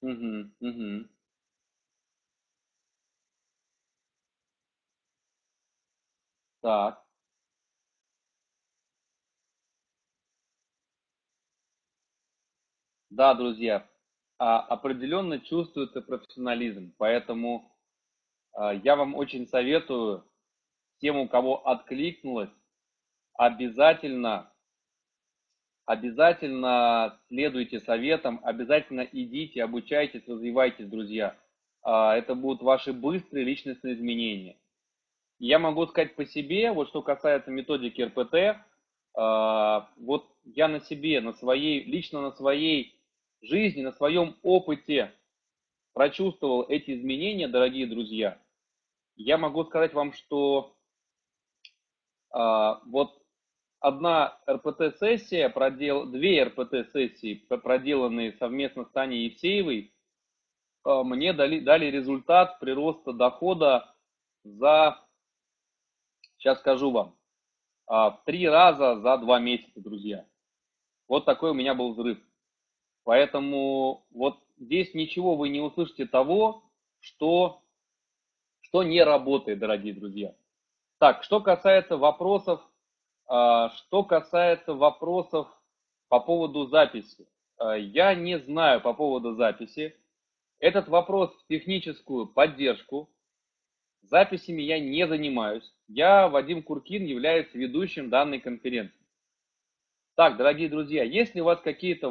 Мгм, мгм. Так, да, друзья, определенно чувствуется профессионализм, поэтому я вам очень советую тем, у кого откликнулось, обязательно, обязательно следуйте советам, обязательно идите, обучайтесь, развивайтесь, друзья. Это будут ваши быстрые личностные изменения. Я могу сказать по себе, вот что касается методики РПТ, вот я на себе, лично на своей жизни, на своем опыте прочувствовал эти изменения, дорогие друзья. Я могу сказать вам, что вот одна РПТ-сессия, две РПТ-сессии, проделанные совместно с Таней Евсеевой, мне дали результат прироста дохода за, сейчас скажу вам, 3 раза за 2 месяца, друзья. Вот такой у меня был взрыв. Поэтому вот здесь ничего вы не услышите того, что не работает, дорогие друзья. Так, что касается вопросов по поводу записи. Я не знаю по поводу записи. Этот вопрос в техническую поддержку. Записями я не занимаюсь. Я, Вадим Куркин, являюсь ведущим данной конференции. Так, дорогие друзья, есть ли у вас какие-то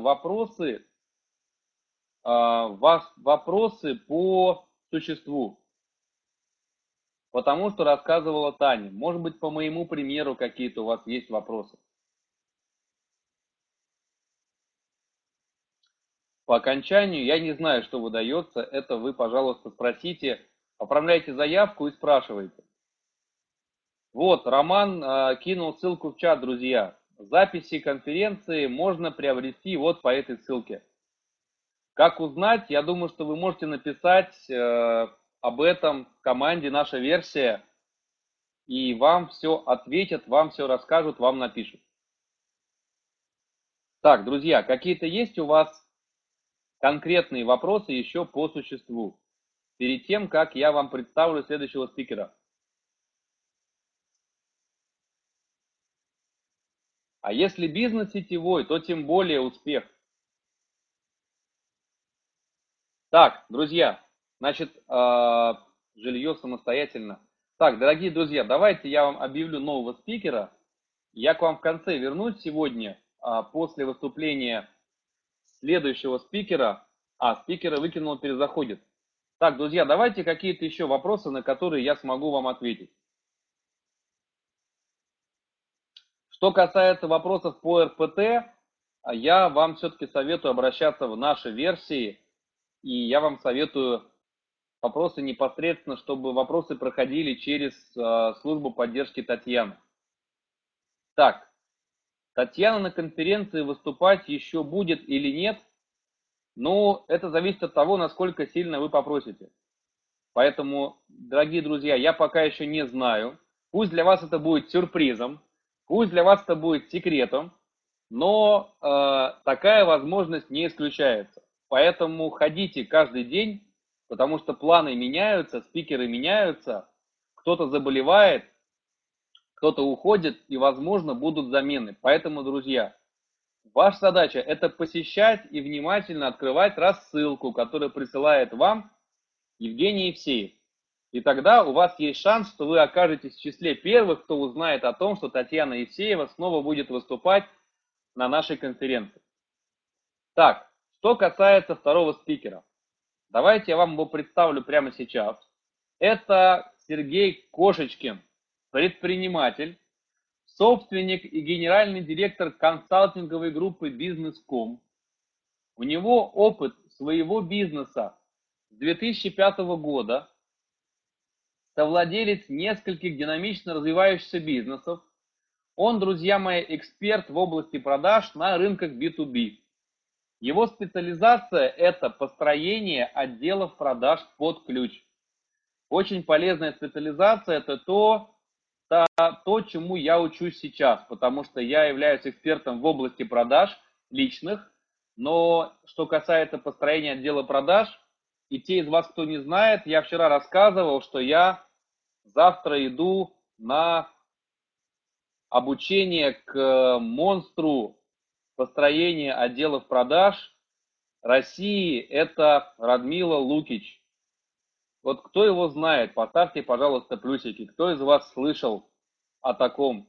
вопросы по существу, по тому, что рассказывала Таня? Может быть, по моему примеру какие-то у вас есть вопросы? По окончанию я не знаю, что выдается. Это вы, пожалуйста, спросите, оформляйте заявку и спрашивайте. Вот, Роман кинул ссылку в чат, друзья. Записи конференции можно приобрести вот по этой ссылке. Как узнать? Я думаю, что вы можете написать об этом в команде «Наша версия», и вам все ответят, вам все расскажут, вам напишут. Так, друзья, какие-то есть у вас конкретные вопросы еще по существу? Перед тем, как я вам представлю следующего спикера. А если бизнес сетевой, то тем более успех. Так, друзья, значит, жилье самостоятельно. Так, дорогие друзья, давайте я вам объявлю нового спикера. Я к вам в конце вернусь сегодня, после выступления следующего спикера. Спикера выкинул, перезаходит. Так, друзья, давайте какие-то еще вопросы, на которые я смогу вам ответить. Что касается вопросов по РПТ, я вам все-таки советую обращаться в наши версии, и я вам советую вопросы непосредственно, чтобы вопросы проходили через службу поддержки Татьяны. Так, Татьяна на конференции выступать еще будет или нет, но это зависит от того, насколько сильно вы попросите. Поэтому, дорогие друзья, я пока еще не знаю. Пусть для вас это будет сюрпризом, пусть для вас это будет секретом, но такая возможность не исключается. Поэтому ходите каждый день, потому что планы меняются, спикеры меняются, кто-то заболевает, кто-то уходит, и, возможно, будут замены. Поэтому, друзья, ваша задача – это посещать и внимательно открывать рассылку, которую присылает вам Евгений Евсеев. И тогда у вас есть шанс, что вы окажетесь в числе первых, кто узнает о том, что Татьяна Евсеева снова будет выступать на нашей конференции. Так, что касается второго спикера. Давайте я вам его представлю прямо сейчас. Это Сергей Кошечкин, предприниматель, собственник и генеральный директор консалтинговой группы «Бизнес.ком». У него опыт своего бизнеса с 2005 года, совладелец нескольких динамично развивающихся бизнесов. Он, друзья мои, эксперт в области продаж на рынках B2B. Его специализация – это построение отделов продаж под ключ. Очень полезная специализация – это то, чему я учусь сейчас, потому что я являюсь экспертом в области продаж личных, Но что касается построения отдела продаж, и те из вас, кто не знает, я вчера рассказывал, что я завтра иду на обучение к монстру построения отделов продаж России, это Радмила Лукич. Вот кто его знает, поставьте, пожалуйста, плюсики. Кто из вас слышал о таком?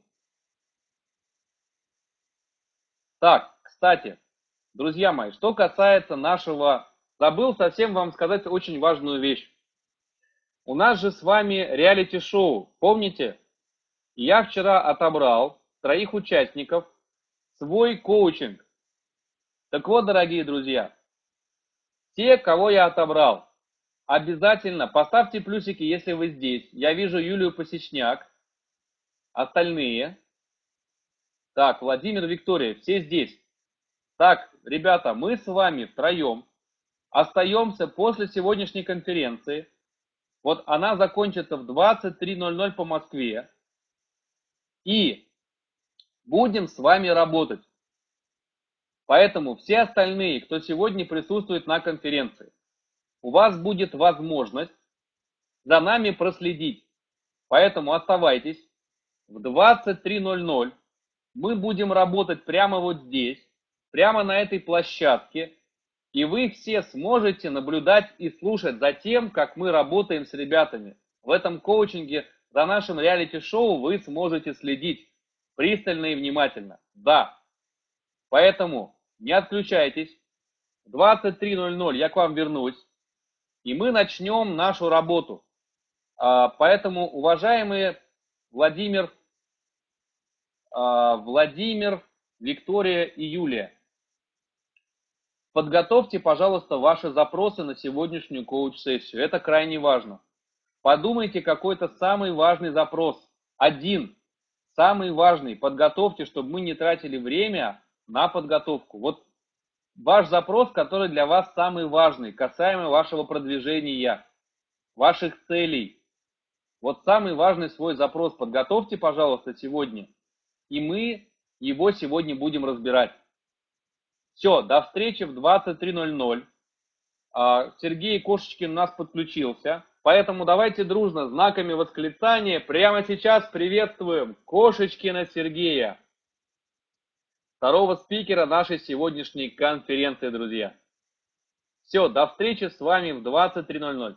Так, кстати, друзья мои, что касается нашего... Забыл совсем вам сказать очень важную вещь. У нас же с вами реалити-шоу, помните? Я вчера отобрал 3 участников свой коучинг. Так вот, дорогие друзья, те, кого я отобрал, обязательно поставьте плюсики, если вы здесь. Я вижу Юлию Посечняк. Остальные. Так, Владимир, Виктория, все здесь. Так, ребята, мы с вами втроем остаемся после сегодняшней конференции. Вот она закончится в 23:00 по Москве. И будем с вами работать. Поэтому все остальные, кто сегодня присутствует на конференции, у вас будет возможность за нами проследить. Поэтому оставайтесь. В 23:00 мы будем работать прямо вот здесь, прямо на этой площадке. И вы все сможете наблюдать и слушать за тем, как мы работаем с ребятами. В этом коучинге за нашим реалити-шоу вы сможете следить пристально и внимательно. Да. Поэтому не отключайтесь. В 23:00 я к вам вернусь. И мы начнем нашу работу. Поэтому, уважаемые Владимир, Виктория и Юлия, подготовьте, пожалуйста, ваши запросы на сегодняшнюю коуч-сессию. Это крайне важно. Подумайте какой-то самый важный запрос. Один. Самый важный. Подготовьте, чтобы мы не тратили время на подготовку. Вот ваш запрос, который для вас самый важный, касаемо вашего продвижения, ваших целей. Вот самый важный свой запрос подготовьте, пожалуйста, сегодня. И мы его сегодня будем разбирать. Все, до встречи в 23:00. Сергей Кошечкин у нас подключился. Поэтому давайте дружно знаками восклицания прямо сейчас приветствуем Кошечкина Сергея, второго спикера нашей сегодняшней конференции, друзья. Все, до встречи с вами в 23:00.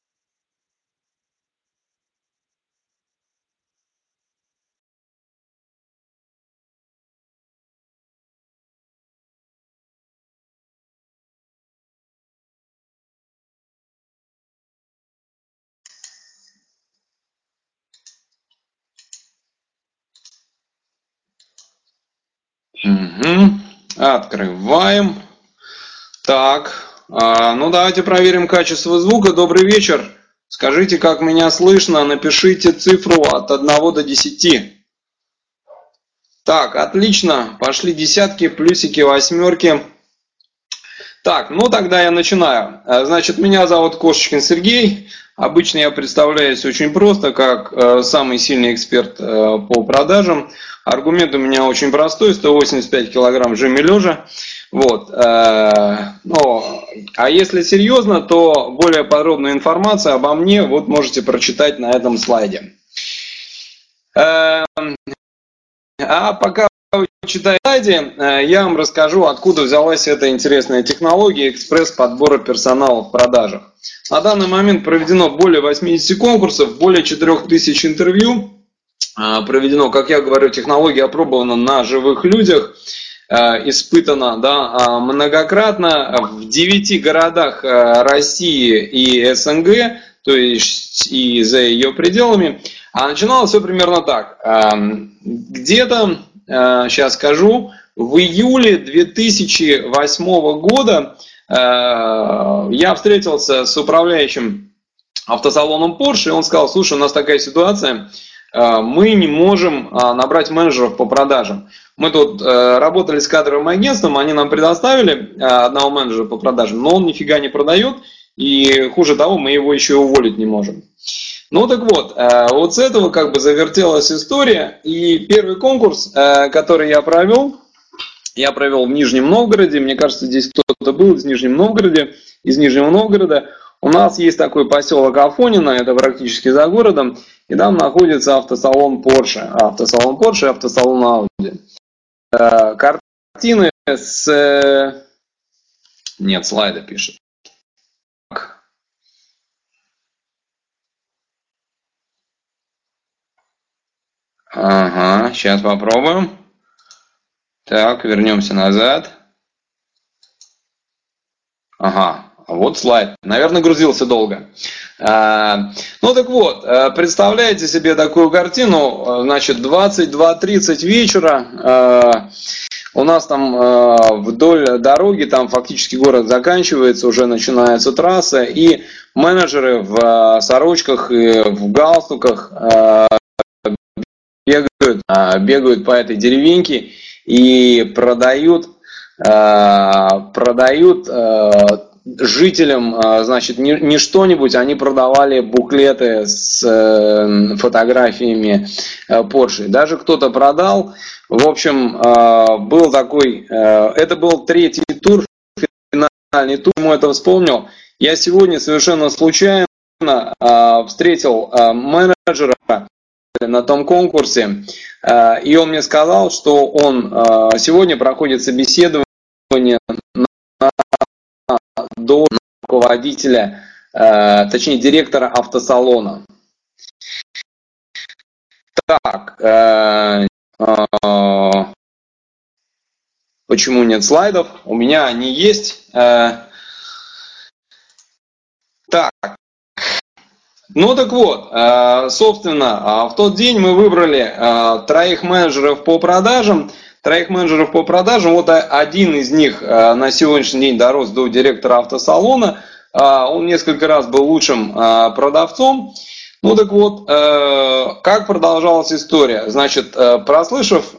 Открываем. Так, ну давайте проверим качество звука. Добрый вечер. Скажите, как меня слышно. Напишите цифру от 1 до 10. Так, отлично. Пошли десятки, плюсики, восьмерки. Так, ну тогда я начинаю. Значит, меня зовут Кошечкин Сергей. Обычно я представляюсь очень просто, как самый сильный эксперт по продажам. Аргумент у меня очень простой: 185 килограмм в жиме лежа. Вот. Ну, а если серьезно, то более подробную информацию обо мне вот можете прочитать на этом слайде. А пока вы читаете слайде, я вам расскажу, откуда взялась эта интересная технология экспресс-подбора персонала в продажах. На данный момент проведено более 80 конкурсов, более 4000 интервью. Проведено, как я говорю, технология опробована на живых людях, испытана, да, многократно в 9 городах России и СНГ, то есть и за ее пределами. А начиналось все примерно так. Где-то, сейчас скажу, в июле 2008 года я встретился с управляющим автосалоном Porsche, и он сказал: слушай, у нас такая ситуация, мы не можем набрать менеджеров по продажам. Мы тут работали с кадровым агентством, они нам предоставили одного менеджера по продажам, но он нифига не продает, и хуже того, мы его еще и уволить не можем. Ну так вот, вот с этого как бы завертелась история, и первый конкурс, который я провел, я провел в Нижнем Новгороде. Мне кажется, здесь кто-то был из Нижнего Новгорода. У нас есть такой поселок Афонино, это практически за городом, и там находится автосалон Porsche. Автосалон Porsche и автосалон Audi. Картины с... Нет, слайда пишет. Ага, сейчас попробуем. Так, вернемся назад. Ага, вот слайд. Наверное, грузился долго. Ну так вот, представляете себе такую картину. Значит, 22:30 вечера. У нас там вдоль дороги, там фактически город заканчивается, уже начинается трасса. И менеджеры в сорочках и в галстуках бегают по этой деревеньке и продают жителям, значит, не что-нибудь, они продавали буклеты с фотографиями Porsche. Даже кто-то продал. В общем, был такой, это был третий тур, финальный тур, ему это вспомнил. Я сегодня совершенно случайно встретил менеджера на том конкурсе, и он мне сказал, что он сегодня проходит собеседование на должность руководителя, точнее директора автосалона. Так, почему нет слайдов? У меня они есть. Так. Ну так вот, собственно, в тот день мы выбрали троих менеджеров по продажам. Вот один из них на сегодняшний день дорос до директора автосалона. Он несколько раз был лучшим продавцом. Ну так вот, как продолжалась история? Значит, прослышав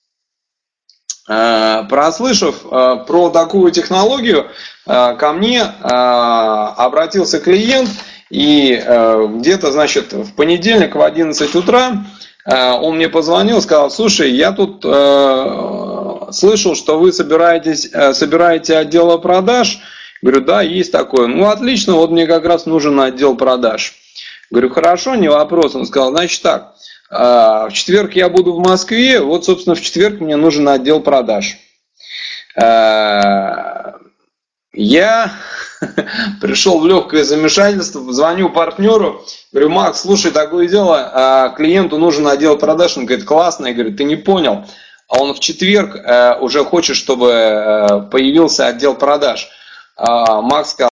про такую технологию, ко мне обратился клиент. И где-то, значит, в понедельник в 11 утра он мне позвонил, сказал: слушай, я тут слышал, что вы собираете отдел продаж. Говорю, да, есть такое. Ну, отлично, вот мне как раз нужен отдел продаж. Говорю, хорошо, не вопрос. Он сказал, значит так, в четверг я буду в Москве, вот, собственно, в четверг мне нужен отдел продаж. Я пришел в легкое замешательство, звоню партнеру, говорю, Макс, слушай, такое дело, клиенту нужен отдел продаж. Он говорит, классно. Я говорю, ты не понял, а он в четверг уже хочет, чтобы появился отдел продаж. Макс сказал,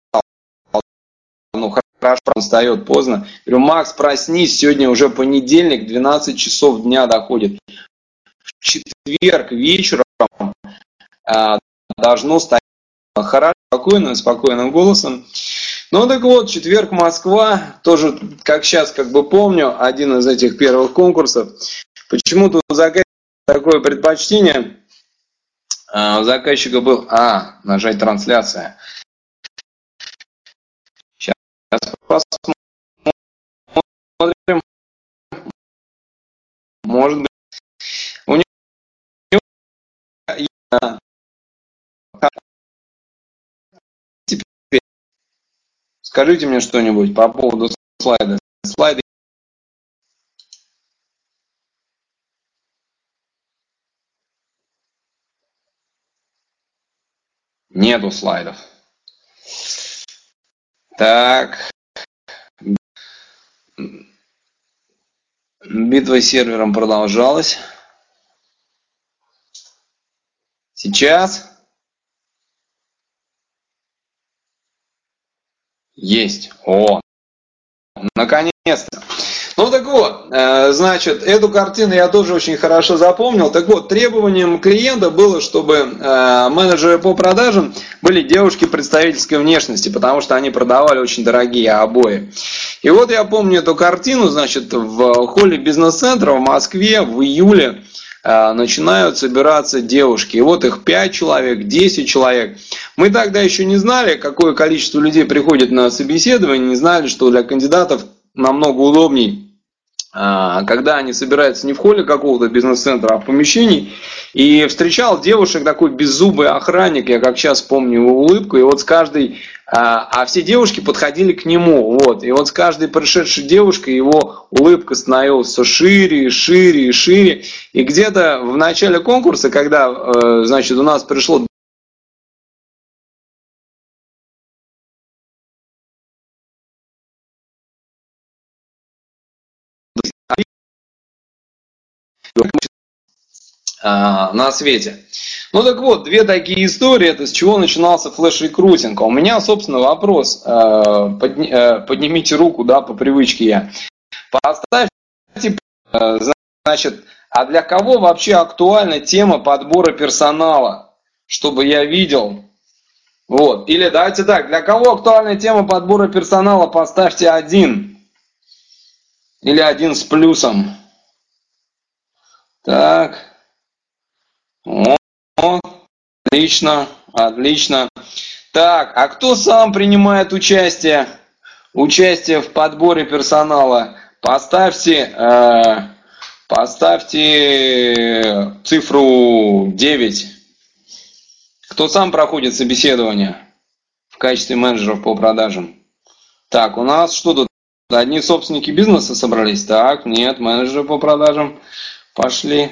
ну хорошо, он встает поздно. Я говорю, Макс, проснись, сегодня уже понедельник, 12 часов дня доходит. В четверг вечером должно стоять. Хорошо, спокойным голосом. Ну так вот, четверг, Москва, тоже, как сейчас как бы помню, один из этих первых конкурсов. Почему-то у заказчика такое предпочтение. У заказчика был, нажать трансляция. Сейчас посмотрим. Может быть, у него скажите мне что-нибудь по поводу слайда. Слайды. Нету слайдов. Так. Битва с сервером продолжалась. Сейчас. Есть. О, наконец-то. Ну так вот, значит, эту картину я тоже очень хорошо запомнил. Так вот, требованием клиента было, чтобы менеджеры по продажам были девушки представительской внешности, потому что они продавали очень дорогие обои. И вот я помню эту картину, значит, в холле бизнес-центра в Москве в июле начинают собираться девушки. И вот их 5 человек, 10 человек. Мы тогда еще не знали, какое количество людей приходит на собеседование, не знали, что для кандидатов намного удобней когда они собираются не в холле какого-то бизнес-центра, а в помещении, и встречал девушек такой беззубый охранник, я как сейчас помню его улыбку, и вот с каждой, а все девушки подходили к нему, вот, и вот с каждой пришедшей девушкой его улыбка становилась все шире и шире и шире, и где-то в начале конкурса, когда, значит, у нас пришло на свете. Ну так вот, две такие истории, это с чего начинался флеш-рекрутинг. А у меня, собственно, вопрос, поднимите руку, да, по привычке я. Поставьте, значит, а для кого вообще актуальна тема подбора персонала, чтобы я видел? Вот, или давайте так, для кого актуальна тема подбора персонала, поставьте 1. Или 1 с плюсом. Так. О, отлично, отлично. Так, а кто сам принимает участие в подборе персонала? Поставьте цифру 9. Кто сам проходит собеседование в качестве менеджеров по продажам? Так, у нас что тут? Одни собственники бизнеса собрались? Так, нет, менеджеры по продажам пошли.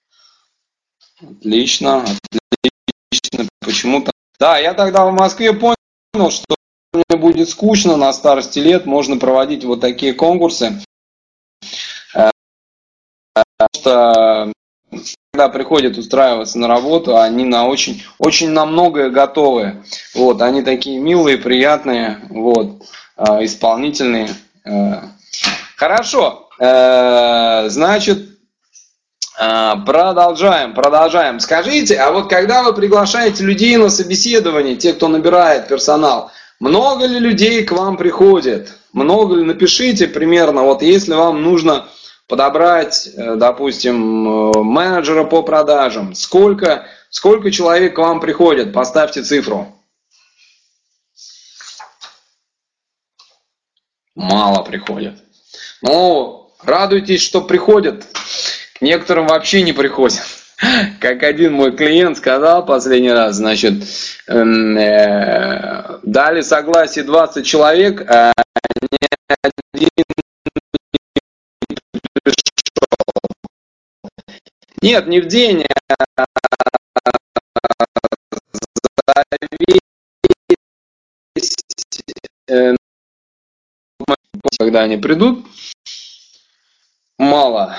Отлично, отлично. Почему-то. Да, я тогда в Москве понял, что мне будет скучно на старости лет, можно проводить вот такие конкурсы. Потому что когда приходят устраиваться на работу, они очень на многое готовы. Вот, они такие милые, приятные, вот, исполнительные. Хорошо, значит, продолжаем. Скажите, а вот когда вы приглашаете людей на собеседование, те, кто набирает персонал, много ли людей к вам приходит? Много ли? Напишите примерно, вот если вам нужно подобрать, допустим, менеджера по продажам, сколько человек к вам приходит? Поставьте цифру. Мало приходят. Ну, радуйтесь, что приходят. К некоторым вообще не приходят. Как один мой клиент сказал последний раз, значит, дали согласие 20 человек, а ни один не пришел. Нет, не в день, а за весь, когда они придут. Мало.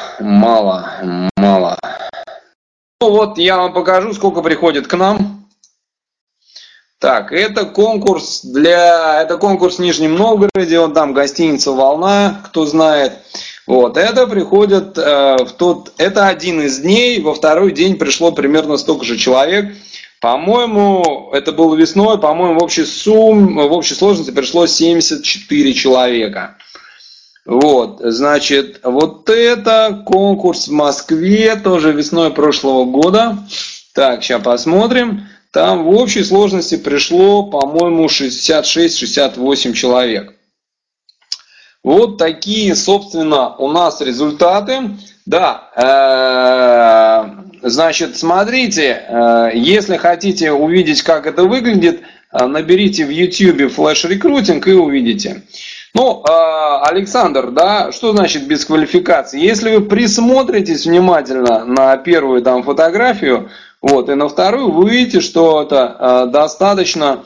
Ну вот я вам покажу, сколько приходит к нам. Так, это конкурс в Нижнем Новгороде, вот там гостиница «Волна», кто знает. Вот, это приходит это один из дней, во второй день пришло примерно столько же человек. По-моему, это было весной, по-моему, в общей сложности пришло 74 человека. Вот, значит, вот это конкурс в Москве, тоже весной прошлого года. Так, сейчас посмотрим. Там в общей сложности пришло, по-моему, 66-68 человек. Вот такие, собственно, у нас результаты. Да, значит, смотрите, если хотите увидеть, как это выглядит, наберите в YouTube флеш-рекрутинг и увидите. Ну, Александр, да, что значит без квалификации? Если вы присмотритесь внимательно на первую там фотографию, вот, и на вторую, вы увидите, что это достаточно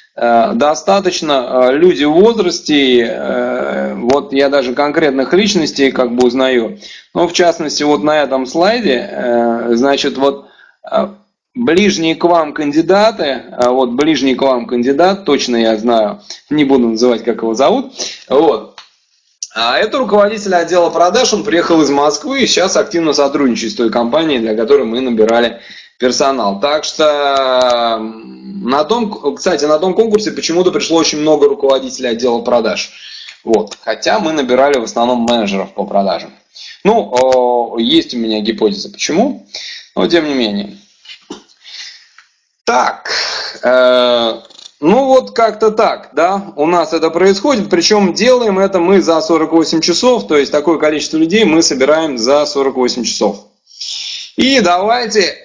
люди в возрасте, вот я даже конкретных личностей как бы узнаю. Но в частности, вот на этом слайде, значит, вот ближние к вам кандидаты, вот ближний к вам кандидат, точно я знаю, не буду называть, как его зовут, вот. А это руководитель отдела продаж, он приехал из Москвы и сейчас активно сотрудничает с той компанией, для которой мы набирали персонал. Так что кстати, на том конкурсе почему-то пришло очень много руководителей отдела продаж. Вот. Хотя мы набирали в основном менеджеров по продажам. Ну, есть у меня гипотеза, почему, но тем не менее. Так, Ну вот как-то так, да, у нас это происходит, причем делаем это мы за 48 часов, то есть такое количество людей мы собираем за 48 часов. И давайте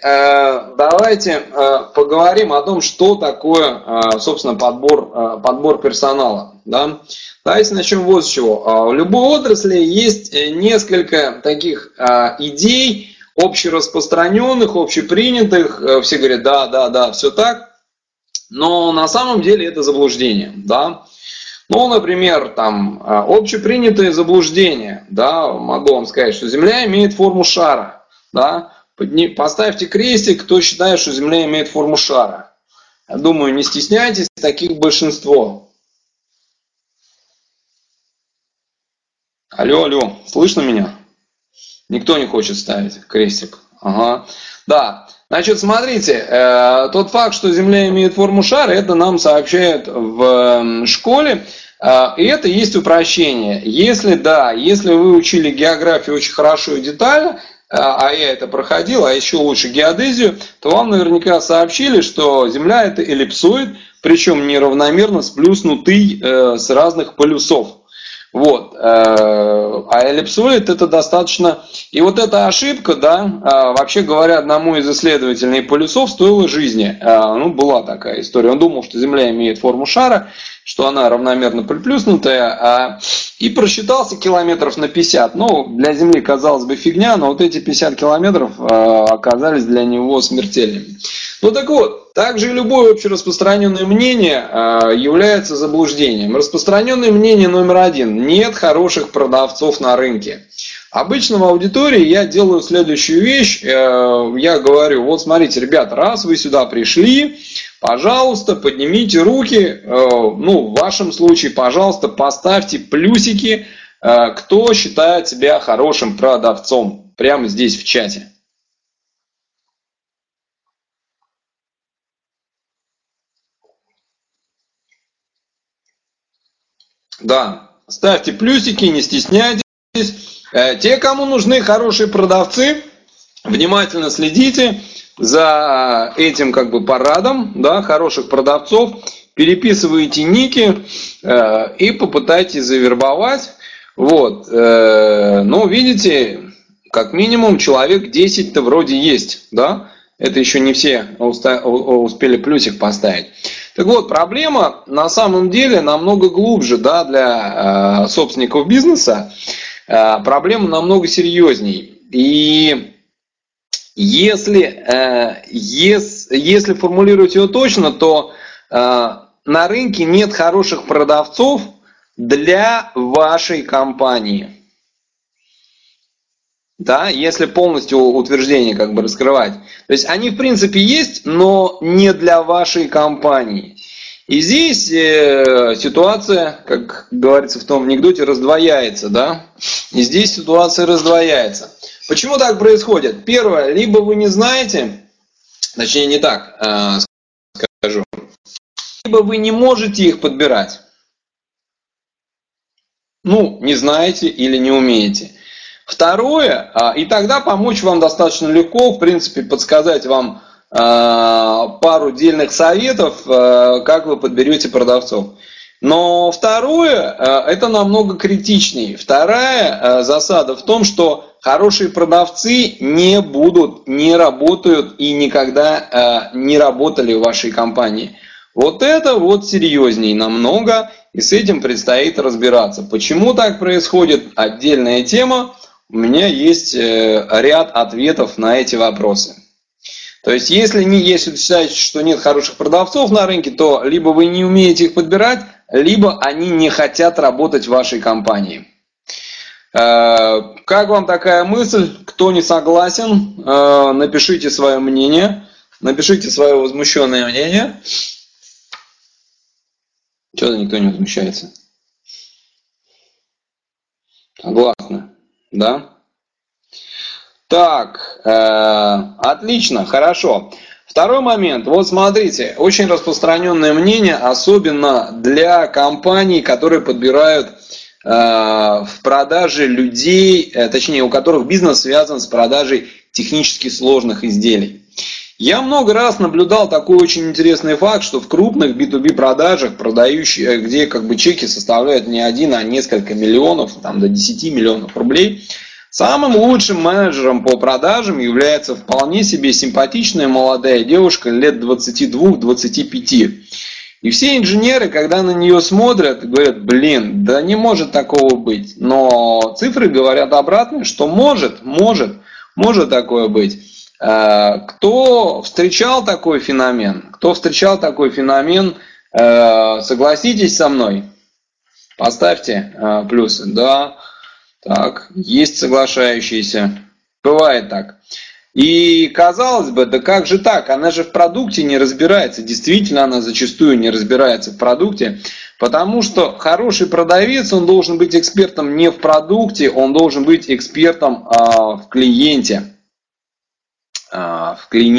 поговорим о том, что такое, собственно, подбор персонала. Да? Давайте начнем вот с чего. В любой отрасли есть несколько таких идей, общераспространенных, общепринятых. Все говорят, да, все так. Но на самом деле это заблуждение. Да? Ну, например, там общепринятое заблуждение. Да? Могу вам сказать, что Земля имеет форму шара. Да? Поставьте крестик, кто считает, что Земля имеет форму шара. Я думаю, не стесняйтесь, таких большинство. Алло, слышно меня? Никто не хочет ставить крестик. Ага. Да, значит, смотрите, тот факт, что Земля имеет форму шара, это нам сообщают в школе, и это есть упрощение. Если вы учили географию очень хорошо и детально, а я это проходил, а еще лучше геодезию, то вам наверняка сообщили, что Земля это эллипсоид, причем неравномерно сплюснутый с разных полюсов. Вот. А эллипсоид это достаточно... И вот эта ошибка, да, вообще говоря, одному из исследователей полюсов стоила жизни. Ну, была такая история. Он думал, что Земля имеет форму шара, что она равномерно приплюснутая, и просчитался километров на 50. Ну, для Земли, казалось бы, фигня, но вот эти 50 километров оказались для него смертельными. Ну так вот, также любое общераспространенное мнение является заблуждением. Распространенное мнение номер один. Нет хороших продавцов на рынке. Обычно в аудитории я делаю следующую вещь. Я говорю, вот смотрите, ребята, раз вы сюда пришли, пожалуйста, поднимите руки. Ну, в вашем случае, пожалуйста, поставьте плюсики, кто считает себя хорошим продавцом. Прямо здесь в чате. Да, ставьте плюсики, не стесняйтесь. Те, кому нужны хорошие продавцы, внимательно следите за этим как бы парадом, да, хороших продавцов, переписывайте ники и попытайтесь завербовать. Вот, ну, видите, как минимум человек 10-то вроде есть, да, это еще не все успели плюсик поставить. Так вот, проблема на самом деле намного глубже, да, для собственников бизнеса. Проблема намного серьезней. И если формулировать ее точно, то на рынке нет хороших продавцов для вашей компании. Да, если полностью утверждение как бы раскрывать. То есть они в принципе есть, но не для вашей компании. И здесь ситуация, как говорится в том анекдоте, раздвояется, да? И здесь ситуация раздвояется. Почему так происходит? Первое, либо вы не знаете, точнее не так скажу, либо вы не можете их подбирать. Ну, не знаете или не умеете. Второе, и тогда помочь вам достаточно легко, в принципе, подсказать вам пару дельных советов, как вы подберете продавцов. Но второе, это намного критичнее. Вторая засада в том, что хорошие продавцы не работают и никогда не работали в вашей компании. Вот это вот серьезней намного, и с этим предстоит разбираться. Почему так происходит? Отдельная тема. У меня есть ряд ответов на эти вопросы. То есть, если считаете, что нет хороших продавцов на рынке, то либо вы не умеете их подбирать, либо они не хотят работать в вашей компании. Как вам такая мысль? Кто не согласен, напишите свое мнение, напишите свое возмущенное мнение. Что-то никто не возмущается. Согласны, да? Так, отлично, хорошо. Второй момент. Вот смотрите, очень распространенное мнение, особенно для компаний, которые подбирают в продаже людей, точнее, у которых бизнес связан с продажей технически сложных изделий. Я много раз наблюдал такой очень интересный факт, что в крупных B2B продажах, продающих, где как бы чеки составляют не один, а несколько миллионов, там до 10 миллионов рублей, самым лучшим менеджером по продажам является вполне себе симпатичная молодая девушка лет 22-25. И все инженеры, когда на нее смотрят, говорят, блин, да не может такого быть. Но цифры говорят обратное, что может такое быть. Кто встречал такой феномен? Согласитесь со мной? Поставьте плюсы. Да, так, есть соглашающиеся. Бывает так. И казалось бы, да как же так? Она же в продукте не разбирается. Действительно, она зачастую не разбирается в продукте. Потому что хороший продавец, он должен быть экспертом не в продукте, он должен быть экспертом в клиенте. Да,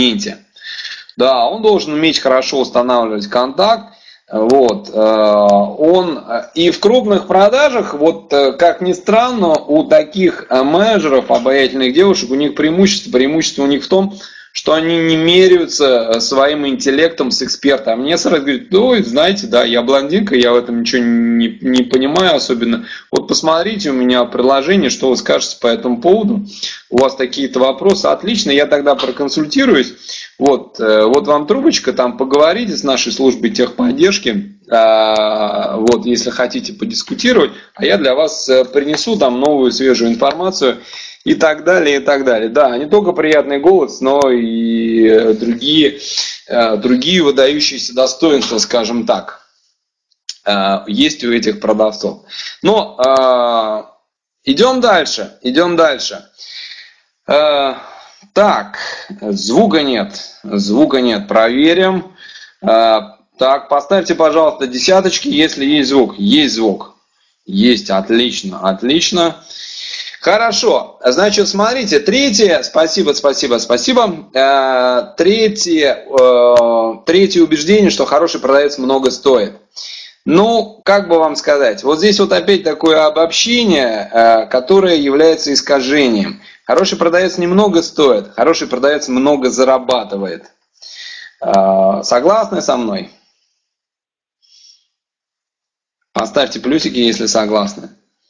он должен уметь хорошо устанавливать контакт. Вот, он и в крупных продажах, вот как ни странно, у таких менеджеров, обаятельных девушек, у них преимущество у них в том, что они не меряются своим интеллектом с экспертом. А мне сразу говорят, ой, знаете, да, я блондинка, я в этом ничего не понимаю особенно. Вот посмотрите у меня приложение, что вы скажете по этому поводу. У вас такие-то вопросы, отлично, я тогда проконсультируюсь. Вот вам трубочка, там поговорите с нашей службой техподдержки, вот, если хотите подискутировать, а я для вас принесу там новую свежую информацию и так далее, и так далее. Да, не только приятный голос, но и другие выдающиеся достоинства, скажем так, есть у этих продавцов. Но идем дальше. Так, звука нет, проверим. Так, поставьте, пожалуйста, десяточки, если есть звук. Есть, отлично. Хорошо, значит, смотрите, третье, спасибо. Третье убеждение, что хороший продавец много стоит. Ну, как бы вам сказать, вот здесь вот опять такое обобщение, которое является искажением. Хороший продавец немного стоит, хороший продавец много зарабатывает. Согласны со мной? Поставьте плюсики, если согласны.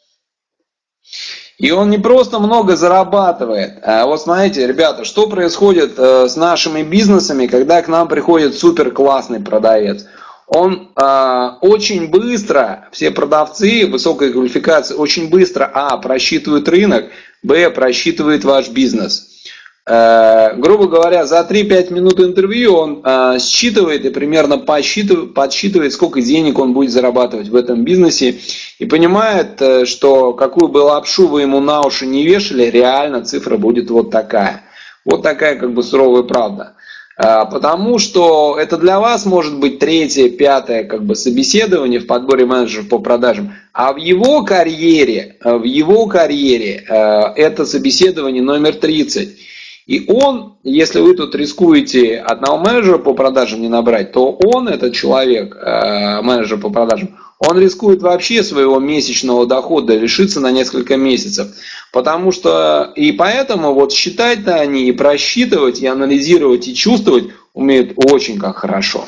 И он не просто много зарабатывает. Вот смотрите, ребята, что происходит с нашими бизнесами, когда к нам приходит супер классный продавец. Он очень быстро, все продавцы высокой квалификации очень быстро, просчитывают рынок, просчитывает ваш бизнес. Грубо говоря, за 3-5 минут интервью он считывает и примерно подсчитывает, сколько денег он будет зарабатывать в этом бизнесе. И понимает, что какую бы лапшу вы ему на уши не вешали, реально цифра будет вот такая. Вот такая как бы суровая правда. Потому что это для вас может быть 3-е, 5-е как бы собеседование в подборе менеджеров по продажам, а в его карьере это собеседование номер 30. И он, если вы тут рискуете одного менеджера по продажам не набрать, то он, этот человек, менеджер по продажам, он рискует вообще своего месячного дохода лишиться на несколько месяцев. Потому что, и поэтому вот считать-то они и просчитывать, и анализировать, и чувствовать умеют очень как хорошо.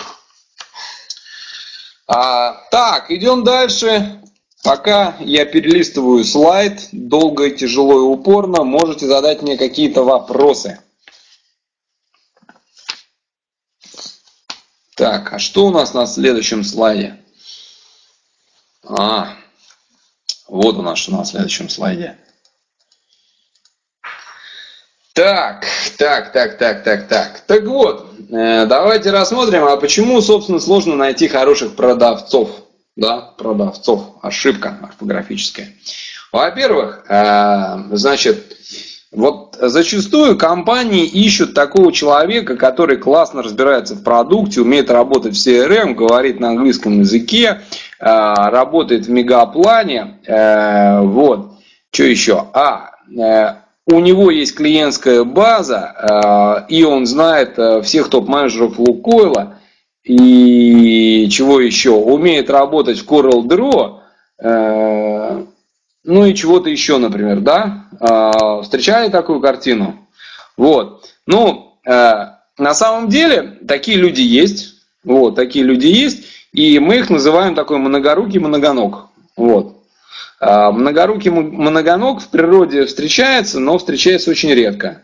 Так, идем дальше. Пока я перелистываю слайд, долго, тяжело и упорно, можете задать мне какие-то вопросы. Так, а что у нас на следующем слайде? Вот у нас что на следующем слайде. Так вот, давайте рассмотрим, а почему, собственно, сложно найти хороших продавцов. Да, продавцов. Ошибка орфографическая. Во-первых, значит, вот зачастую компании ищут такого человека, который классно разбирается в продукте, умеет работать в CRM, говорит на английском языке, работает в мегаплане. Вот. Что еще? У него есть клиентская база, и он знает всех топ-менеджеров Лукойла. И чего еще? Умеет работать в CorelDRAW, ну и чего-то еще, например, да? Встречали такую картину? Вот. Ну, на самом деле такие люди есть. Вот, такие люди есть. И мы их называем такой многорукий многоног. Вот. Многорукий многоног в природе встречается, но встречается очень редко.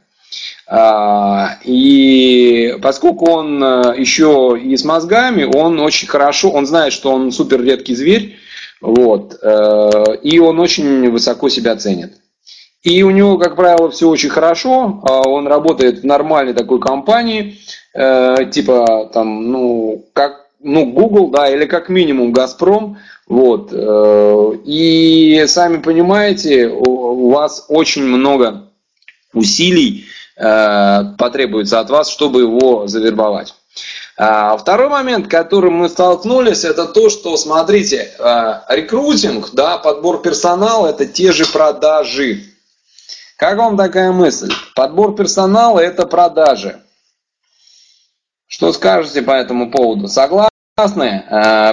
И поскольку он еще и с мозгами, он очень хорошо, он знает, что он супер редкий зверь, вот, и он очень высоко себя ценит. И у него, как правило, все очень хорошо, он работает в нормальной такой компании, типа там, Google, да, или как минимум Газпром, вот, и сами понимаете, у вас очень много усилий потребуется от вас, чтобы его завербовать. Второй момент, с которым мы столкнулись, это то, что, смотрите, рекрутинг, да, подбор персонала, это те же продажи. Как вам такая мысль? Подбор персонала – это продажи. Что скажете по этому поводу? Согласны?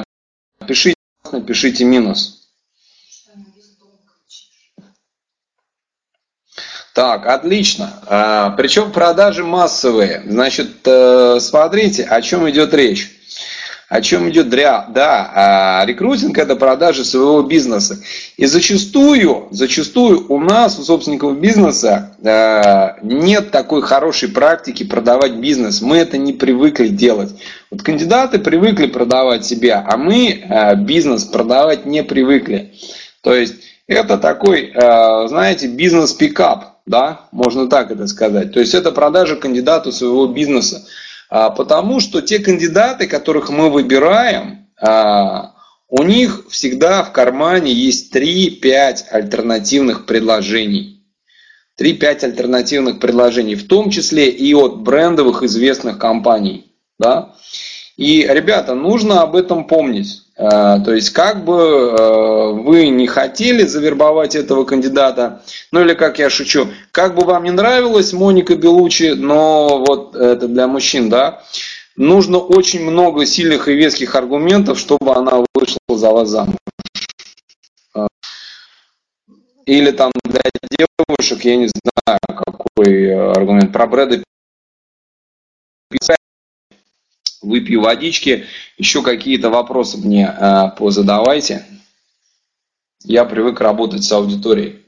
Пишите минус. Так, отлично. Причем продажи массовые. Значит, смотрите, о чем идет речь. О чем идет речь? Да, рекрутинг – это продажи своего бизнеса. И зачастую у нас, у собственников бизнеса, нет такой хорошей практики продавать бизнес. Мы это не привыкли делать. Вот кандидаты привыкли продавать себя, а мы бизнес продавать не привыкли. То есть это такой, знаете, бизнес-пикап. Да, можно так это сказать. То есть это продажа кандидату своего бизнеса. Потому что те кандидаты, которых мы выбираем, у них всегда в кармане есть 3-5 альтернативных предложений. 3-5 альтернативных предложений, в том числе и от брендовых известных компаний. Да? И, ребята, нужно об этом помнить. То есть, как бы вы не хотели завербовать этого кандидата, ну или как я шучу, как бы вам не нравилась Моника Беллуччи, но вот это для мужчин, да, нужно очень много сильных и веских аргументов, чтобы она вышла за вас замуж. Или там для девушек, я не знаю, какой аргумент, про Брэда Питта. Выпью водички, еще какие-то вопросы мне позадавайте. Я привык работать с аудиторией.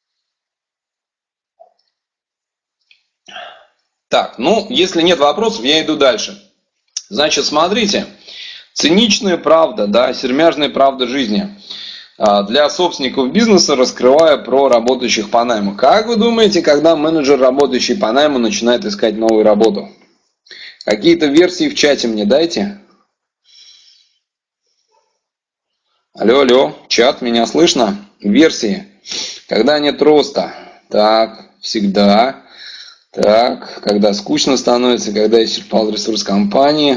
Так, если нет вопросов, я иду дальше. Значит, смотрите, циничная правда, да, сермяжная правда жизни. Для собственников бизнеса раскрываю про работающих по найму. Как вы думаете, когда менеджер, работающий по найму, начинает искать новую работу? Какие-то версии в чате мне дайте. Алло, чат, меня слышно? Версии. Когда нет роста. Так, всегда. Так, когда скучно становится, когда исчерпал ресурс компании.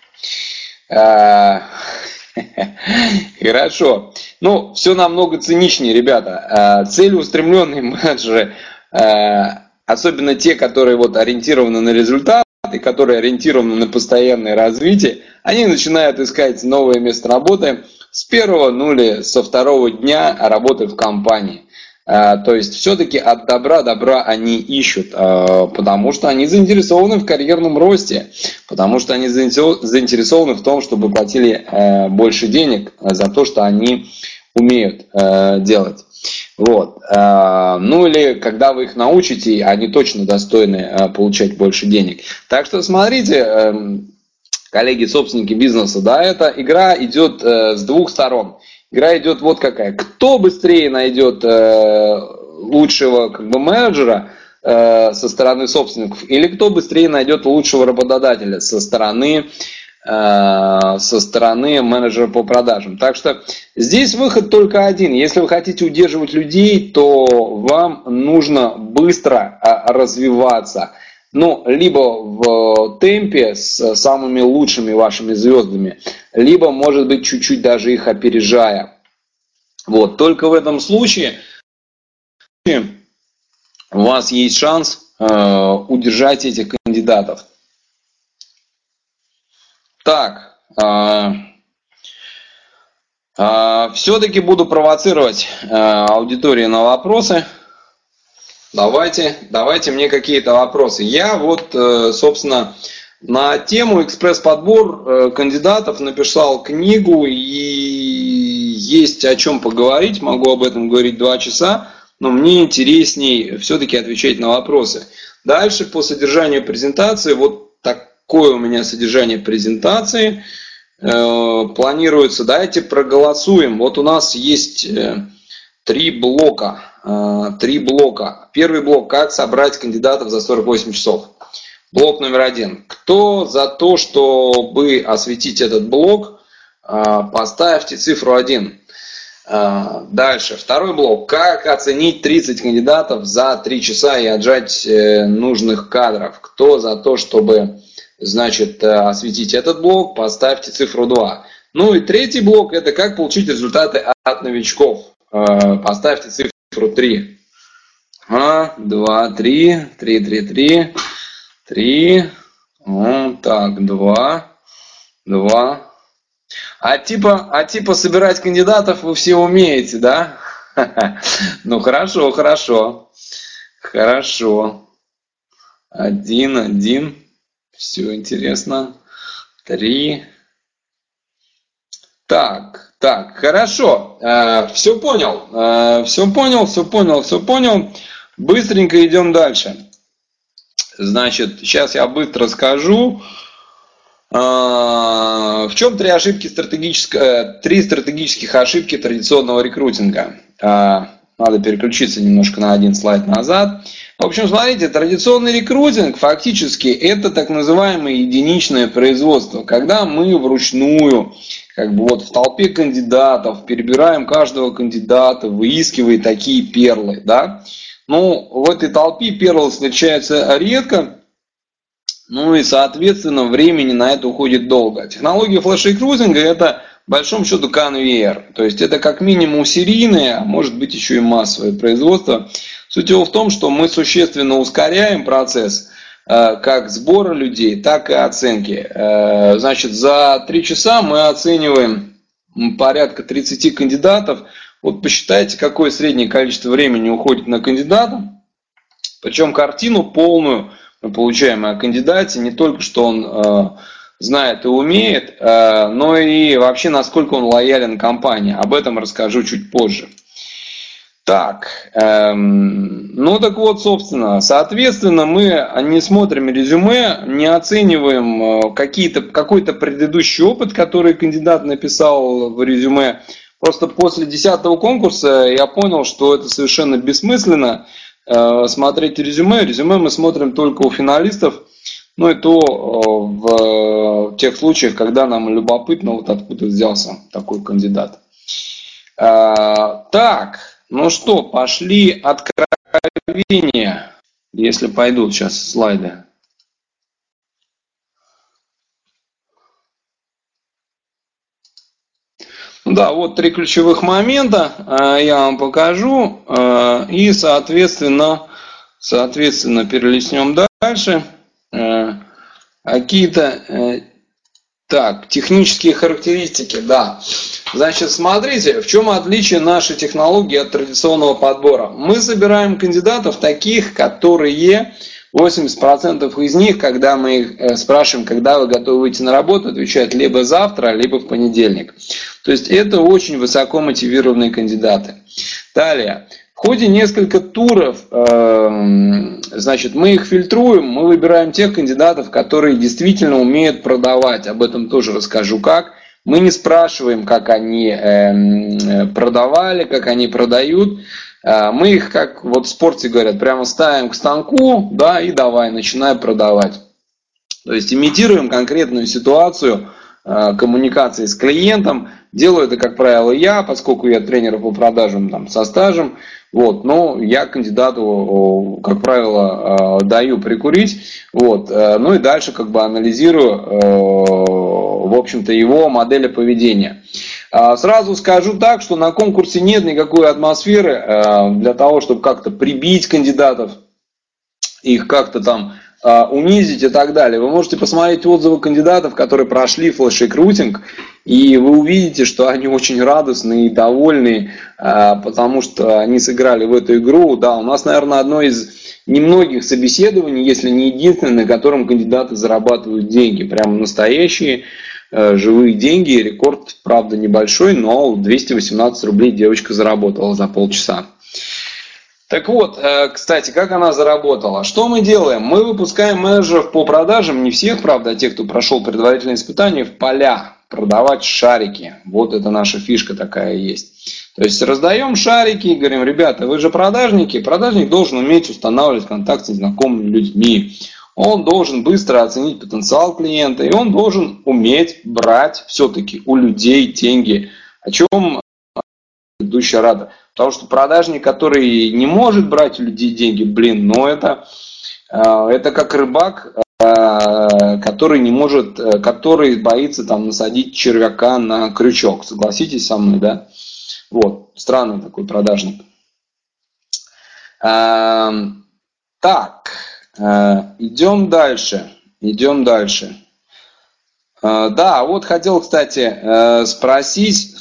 Хорошо. Все намного циничнее, ребята. Целеустремленные менеджеры, особенно те, которые ориентированы на результат, и которые ориентированы на постоянное развитие, они начинают искать новое место работы с первого, или со второго дня работы в компании. То есть все-таки от добра они ищут, потому что они заинтересованы в карьерном росте, потому что они заинтересованы в том, чтобы платили больше денег за то, что они умеют делать. Вот. Или когда вы их научите, они точно достойны получать больше денег. Так что смотрите, коллеги, собственники бизнеса, да, эта игра идет с двух сторон. Игра идет вот какая. Кто быстрее найдет лучшего менеджера со стороны собственников, или кто быстрее найдет лучшего работодателя со стороны менеджера по продажам. Так что здесь выход только один. Если вы хотите удерживать людей, то вам нужно быстро развиваться. Либо в темпе с самыми лучшими вашими звездами, либо, может быть, чуть-чуть даже их опережая. Вот. Только в этом случае у вас есть шанс удержать этих кандидатов. Так, все-таки буду провоцировать аудиторию на вопросы. Давайте мне какие-то вопросы. Я собственно, На тему экспресс-подбор кандидатов написал книгу, и есть о чем поговорить, могу об этом говорить 2 часа, но мне интересней все-таки отвечать на вопросы. Дальше по содержанию презентации, вот такое у меня содержание презентации планируется. Давайте проголосуем. Вот у нас есть 3 блока. Первый блок: как собрать кандидатов за 48 часов. Блок номер 1. Кто за то, чтобы осветить этот блок, поставьте цифру 1. Дальше. Второй блок. Как оценить 30 кандидатов за 3 часа и отжать нужных кадров. Кто за то, чтобы, значит, осветить этот блок, поставьте цифру 2. Ну и третий блок — это как получить результаты от новичков. Поставьте цифру 3. 2, 3, 3, 3, 3. 3, вот так, 2. А типа собирать кандидатов вы все умеете, да? Ну хорошо. 1. Все интересно. 3. Так, хорошо. Все понял. Быстренько идем дальше. Значит, сейчас я быстро скажу, в чем 3 стратегических ошибки традиционного рекрутинга. Надо переключиться немножко на один слайд назад. В общем, смотрите, традиционный рекрутинг фактически это так называемое единичное производство, когда мы вручную, в толпе кандидатов перебираем каждого кандидата, выискивая такие перлы, да. Ну, в этой толпе перлы встречаются редко, ну и, соответственно, времени на это уходит долго. Технология флеш-рекрутинга — это, в большом счету, конвейер. То есть, это как минимум серийное, а может быть еще и массовое производство. Суть его в том, что мы существенно ускоряем процесс как сбора людей, так и оценки. Значит, за 3 часа мы оцениваем порядка 30 кандидатов. Вот посчитайте, какое среднее количество времени уходит на кандидата. Причем картину полную мы получаем о кандидате, не только что он знает и умеет, но и вообще насколько он лоялен компании. Об этом расскажу чуть позже. Так, ну так вот, собственно, соответственно, мы не смотрим резюме, не оцениваем какой-то предыдущий опыт, который кандидат написал в резюме. Просто после 10-го конкурса я понял, что это совершенно бессмысленно смотреть резюме. Резюме мы смотрим только у финалистов, ну и то в тех случаях, когда нам любопытно, вот откуда взялся такой кандидат. Так, ну что, пошли откровения, если пойдут сейчас слайды. Да, вот 3 ключевых момента я вам покажу, и, соответственно, перелистнем дальше. Какие-то технические характеристики, да. Значит, смотрите, в чем отличие нашей технологии от традиционного подбора. Мы собираем кандидатов таких, которые 80% из них, когда мы их спрашиваем, когда вы готовы выйти на работу, отвечают либо завтра, либо в понедельник. То есть это очень высоко мотивированные кандидаты. Далее. В ходе нескольких туров, значит, мы их фильтруем, мы выбираем тех кандидатов, которые действительно умеют продавать. Об этом тоже расскажу как. Мы не спрашиваем, как они продавали, как они продают. Мы их, как вот в спорте говорят, прямо ставим к станку, да, и давай, начинаем продавать. То есть имитируем конкретную ситуацию коммуникации с клиентом. Делаю это, как правило, я, поскольку я тренер по продажам там, со стажем. Вот, но я кандидату, как правило, даю прикурить. Вот, ну и дальше как бы анализирую, в общем-то, его модели поведения. Сразу скажу так, что на конкурсе нет никакой атмосферы для того, чтобы как-то прибить кандидатов, их как-то там унизить и так далее. Вы можете посмотреть отзывы кандидатов, которые прошли флеш-рекрутинг, и вы увидите, что они очень радостные и довольные, потому что они сыграли в эту игру. Да, у нас, наверное, одно из немногих собеседований, если не единственное, на котором кандидаты зарабатывают деньги. Прямо настоящие живые деньги. Рекорд, правда, небольшой, но 218 рублей девочка заработала за полчаса. Так вот, кстати, как она заработала? Что мы делаем? Мы выпускаем менеджеров по продажам, не всех, правда, а тех, кто прошел предварительные испытания, в поля продавать шарики. Вот это наша фишка такая есть. То есть раздаем шарики и говорим: ребята, вы же продажники. Продажник должен уметь устанавливать контакт с незнакомыми людьми. Он должен быстро оценить потенциал клиента, и он должен уметь брать все-таки у людей деньги. О чем предыдущая рада. Потому что продажник, который не может брать у людей деньги, это как рыбак, который не может, который боится там насадить червяка на крючок. Согласитесь со мной, да? Вот, странный такой продажник. Так, идем дальше. Да, вот хотел, кстати, спросить,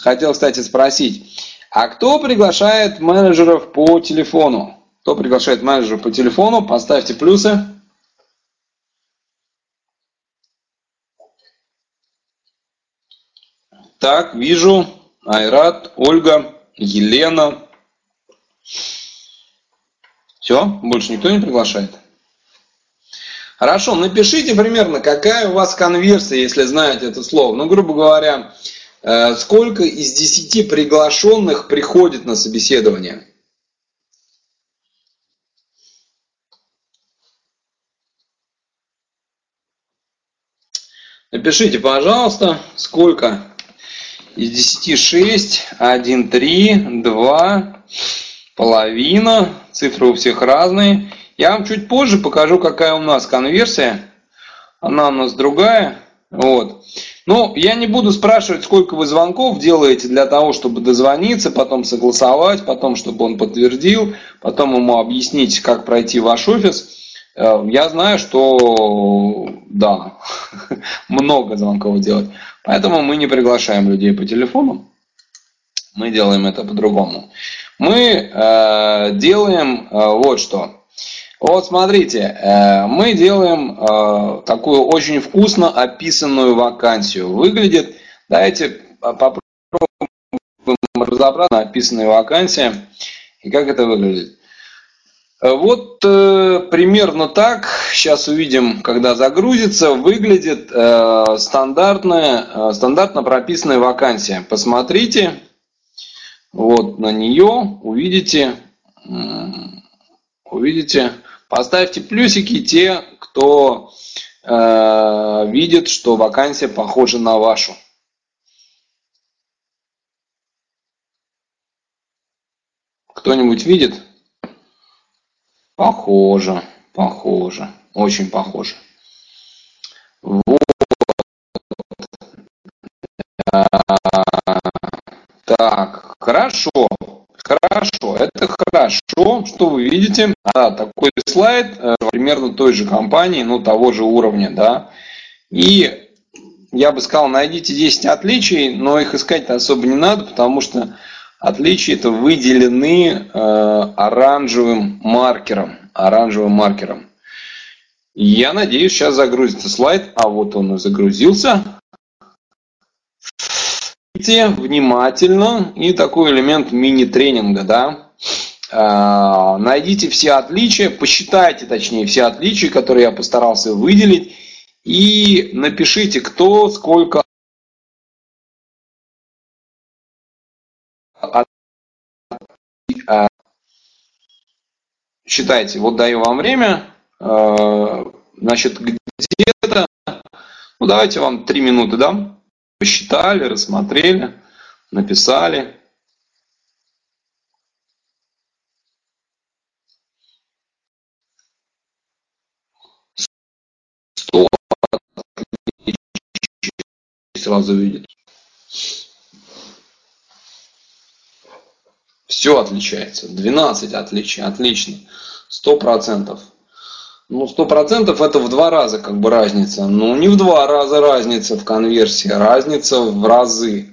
а кто приглашает менеджеров по телефону? Кто приглашает менеджеров по телефону? Поставьте плюсы. Так, вижу. Айрат, Ольга, Елена. Все, больше никто не приглашает? Хорошо, напишите примерно, какая у вас конверсия, если знаете это слово. Ну, грубо говоря, сколько из 10 приглашенных приходит на собеседование? Напишите, пожалуйста, сколько из 10 6, 1, 3, 2, половина. Цифры у всех разные. Я вам чуть позже покажу, какая у нас конверсия. Она у нас другая. Вот. Но я не буду спрашивать, сколько вы звонков делаете для того, чтобы дозвониться, потом согласовать, потом, чтобы он подтвердил, потом ему объяснить, как пройти в ваш офис. Я знаю, что да, много звонков делать. Поэтому мы не приглашаем людей по телефону. Мы делаем это по-другому. Мы делаем вот что. Вот смотрите, мы делаем такую очень вкусно описанную вакансию. Выглядит, давайте попробуем разобраться, описанная вакансия и как это выглядит. Вот примерно так, сейчас увидим, когда загрузится, выглядит стандартно прописанная вакансия. Посмотрите, вот на нее, увидите, поставьте плюсики те, кто видит, что вакансия похожа на вашу. Кто-нибудь видит? Похоже, очень похоже. Вот. Так, хорошо, это хорошо, что вы видите. Такой слайд примерно той же компании, того же уровня, да. И я бы сказал, найдите 10 отличий, но их искать-то особо не надо, потому что отличия это выделены оранжевым маркером. Я надеюсь, сейчас загрузится слайд, а вот он и загрузился. Внимательно, и такой элемент мини-тренинга, да. Найдите все отличия, посчитайте, точнее, все отличия, которые я постарался выделить, и напишите, кто сколько считайте. Вот даю вам время, значит, где-то, давайте вам 3 минуты дам. Посчитали, рассмотрели, написали. Сразу видит. Все отличается. 12 отличий. Отлично. 100%. 100% это в 2 раза разница. Не в 2 раза разница в конверсии, разница в разы.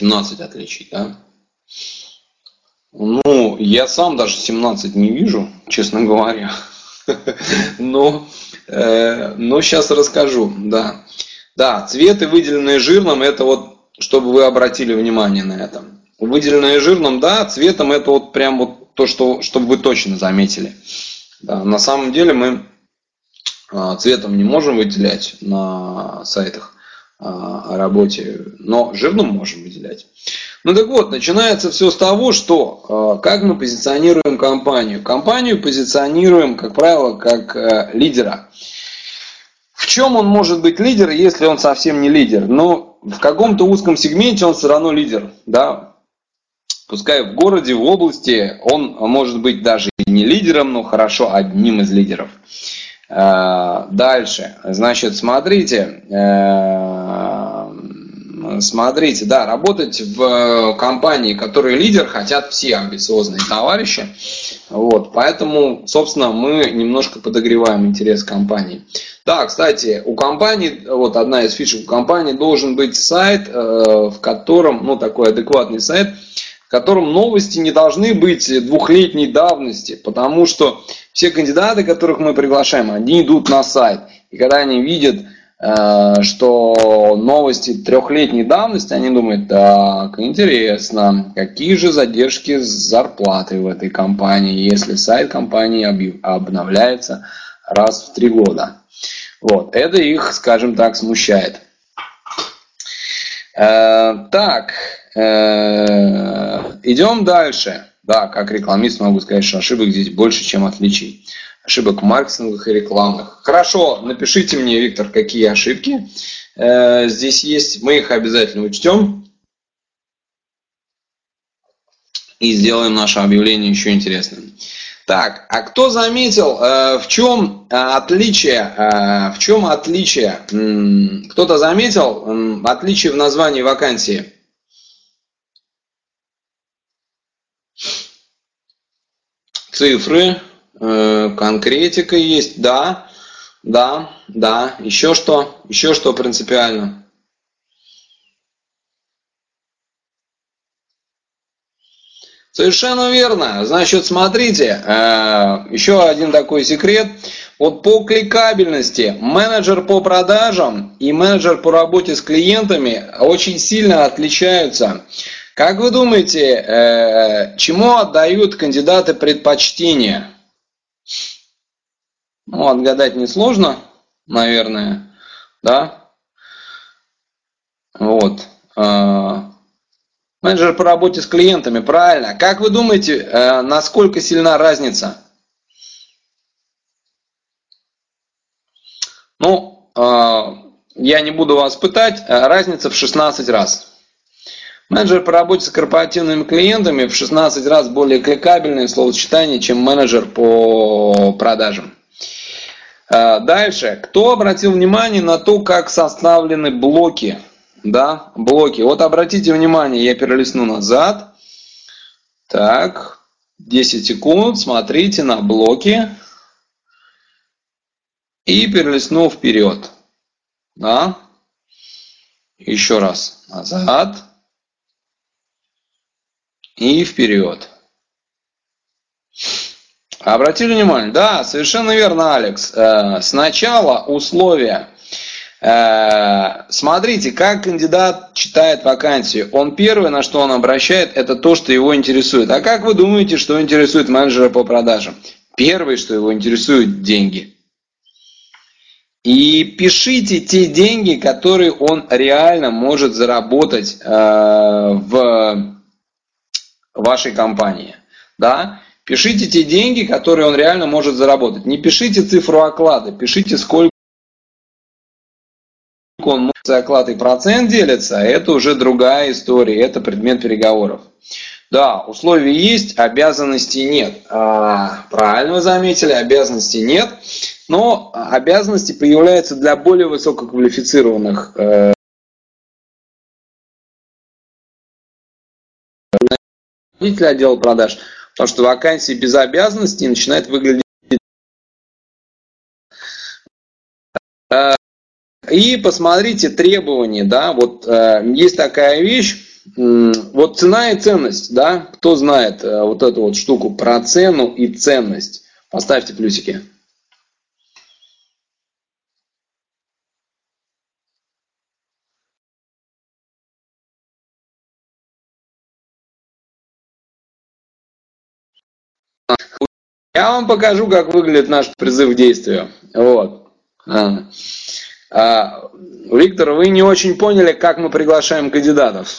17 отличий, да? Ну, я сам даже 17 не вижу, честно говоря. Но сейчас расскажу, да. Да, цветы, выделенные жирным, это вот, чтобы вы обратили внимание на это. Выделенные жирным, да, цветом это вот прям вот то, что, чтобы вы точно заметили. Да, на самом деле мы цветом не можем выделять на сайтах о работе, но жирным можем выделять. Ну так вот, начинается все с того, что как мы позиционируем компанию. Компанию позиционируем, как правило, как лидера. В чем он может быть лидер, если он совсем не лидер? Ну, в каком-то узком сегменте он все равно лидер, да. Пускай в городе, в области он может быть даже и не лидером, но хорошо одним из лидеров. Дальше, значит, смотрите, да, работать в компании, которая лидер, хотят все амбициозные товарищи. Вот, поэтому, собственно, мы немножко подогреваем интерес компании. Да, кстати, у компании, вот одна из фишек у компании, должен быть сайт, в котором, ну, такой адекватный сайт, в котором новости не должны быть двухлетней давности, потому что все кандидаты, которых мы приглашаем, они идут на сайт. И когда они видят, что новости трехлетней давности, они думают, так, интересно, какие же задержки с зарплатой в этой компании, если сайт компании обновляется раз в 3 года. Вот, это их, скажем так, смущает. Так, идем дальше. Да, как рекламист могу сказать, что ошибок здесь больше, чем отличий. Ошибок маркетинговых и рекламных. Хорошо, напишите мне, Виктор, какие ошибки здесь есть. Мы их обязательно учтем. И сделаем наше объявление еще интересным. Так, а кто заметил, в чем отличие? Кто-то заметил отличие в названии вакансии? Цифры, конкретика есть, да. Еще что принципиально? Совершенно верно. Значит, смотрите, еще один такой секрет. Вот по кликабельности менеджер по продажам и менеджер по работе с клиентами очень сильно отличаются. Как вы думаете, чему отдают кандидаты предпочтения? Ну, отгадать несложно, наверное, да? Вот. Менеджер по работе с клиентами, правильно. Как вы думаете, насколько сильна разница? Ну, я не буду вас пытать, разница в 16 раз. Менеджер по работе с корпоративными клиентами в 16 раз более кликабельное словосочетание, чем менеджер по продажам. Дальше. Кто обратил внимание на то, как составлены блоки? Да, блоки. Вот обратите внимание, я перелистну назад. Так, 10 секунд, смотрите на блоки. И перелистну вперед. Да. Еще раз назад. И вперед. Обратили внимание? Да, совершенно верно, Алекс. Сначала условия. Смотрите, как кандидат читает вакансию. Он первое, на что он обращает, это то, что его интересует. А как вы думаете, что интересует менеджера по продажам? Первое, что его интересует, деньги. И пишите те деньги, которые он реально может заработать в вашей компании. Да? Пишите те деньги, которые он реально может заработать. Не пишите цифру оклада, пишите сколько он может, оклад и процент делится, это уже другая история, это предмет переговоров. Да, условия есть, обязанностей нет. Правильно вы заметили, обязанностей нет, но обязанности появляются для более высококвалифицированных руководителей отдела продаж, потому что вакансии без обязанностей начинают выглядеть. И посмотрите требования, да, вот есть такая вещь, Вот цена и ценность, да? Кто знает вот эту вот штуку про цену и ценность? Поставьте плюсики. Я вам покажу, как выглядит наш призыв к действию. Вот. Виктор, вы не очень поняли, как мы приглашаем кандидатов.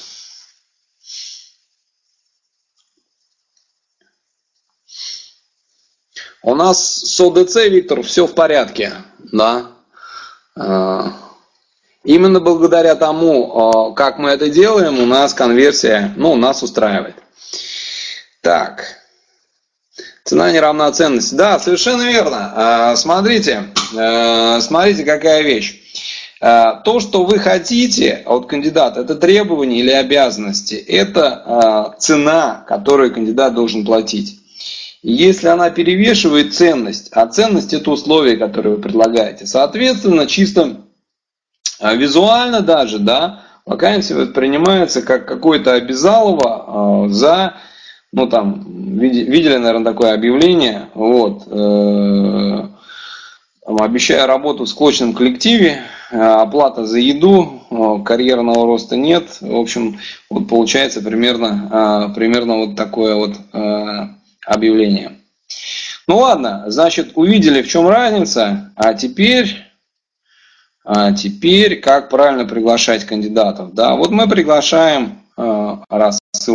У нас с ОДЦ, Виктор, все в порядке, да. Именно благодаря тому, как мы это делаем, у нас конверсия, нас устраивает. Так. Цена не равна ценности. Да, совершенно верно. Смотрите, какая вещь. То, что вы хотите от кандидата, это требования или обязанности, это цена, которую кандидат должен платить. И если она перевешивает ценность, а ценность это условия, которые вы предлагаете, соответственно, чисто визуально даже, да, вакансия воспринимается как какое-то обязалово за, видели, наверное, такое объявление, обещаю работу в склочном коллективе, оплата за еду, карьерного роста нет, в общем, вот получается примерно вот такое вот объявление. Ну ладно, значит, увидели, в чем разница, а теперь как правильно приглашать кандидатов. Да, вот мы приглашаем рассылкой.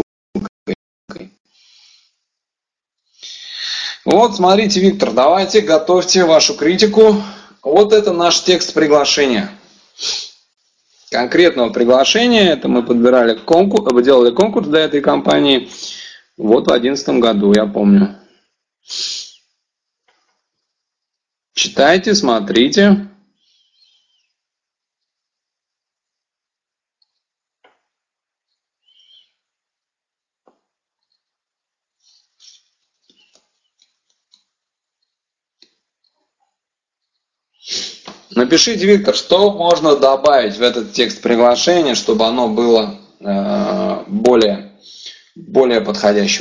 Вот, смотрите, Виктор, давайте готовьте вашу критику. Вот это наш текст приглашения. Конкретного приглашения, это мы подбирали конкурс, делали конкурс для этой компании вот в 2011 году, я помню. Читайте, смотрите. Напишите, Виктор, что можно добавить в этот текст приглашения, чтобы оно было более подходящим.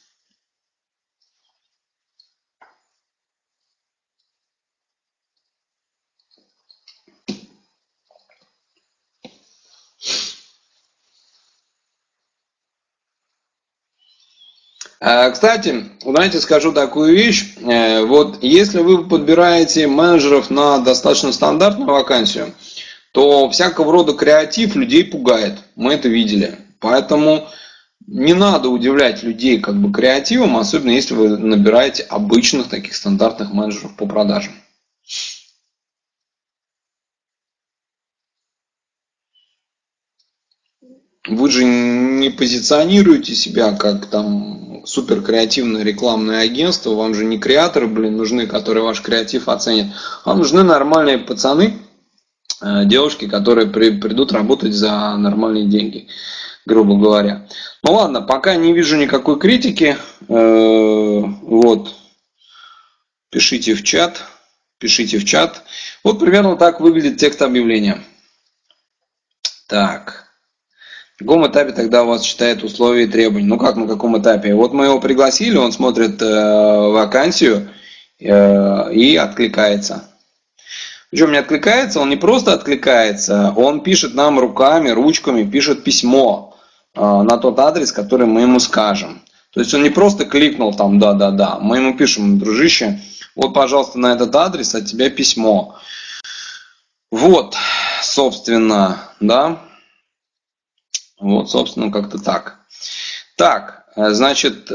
Кстати, знаете, скажу такую вещь. Вот если вы подбираете менеджеров на достаточно стандартную вакансию, то всякого рода креатив людей пугает. Мы это видели. Поэтому не надо удивлять людей креативом, особенно если вы набираете обычных таких стандартных менеджеров по продажам. Вы же не позиционируете себя как супер креативное рекламное агентство, вам же не креаторы, нужны, которые ваш креатив оценят. Вам нужны нормальные пацаны, девушки, которые придут работать за нормальные деньги, грубо говоря. Ну ладно, пока не вижу никакой критики. Вот. Пишите в чат. Вот примерно так выглядит текст объявления. Так. На каком этапе тогда у вас считает условия и требования? Ну как на каком этапе? Вот мы его пригласили, он смотрит вакансию и откликается. Причем не откликается, он не просто откликается, он пишет нам ручками, пишет письмо на тот адрес, который мы ему скажем. То есть он не просто кликнул да, мы ему пишем: дружище, вот, пожалуйста, на этот адрес от тебя письмо. Вот, собственно, да. Вот, собственно, как-то так. Так, значит,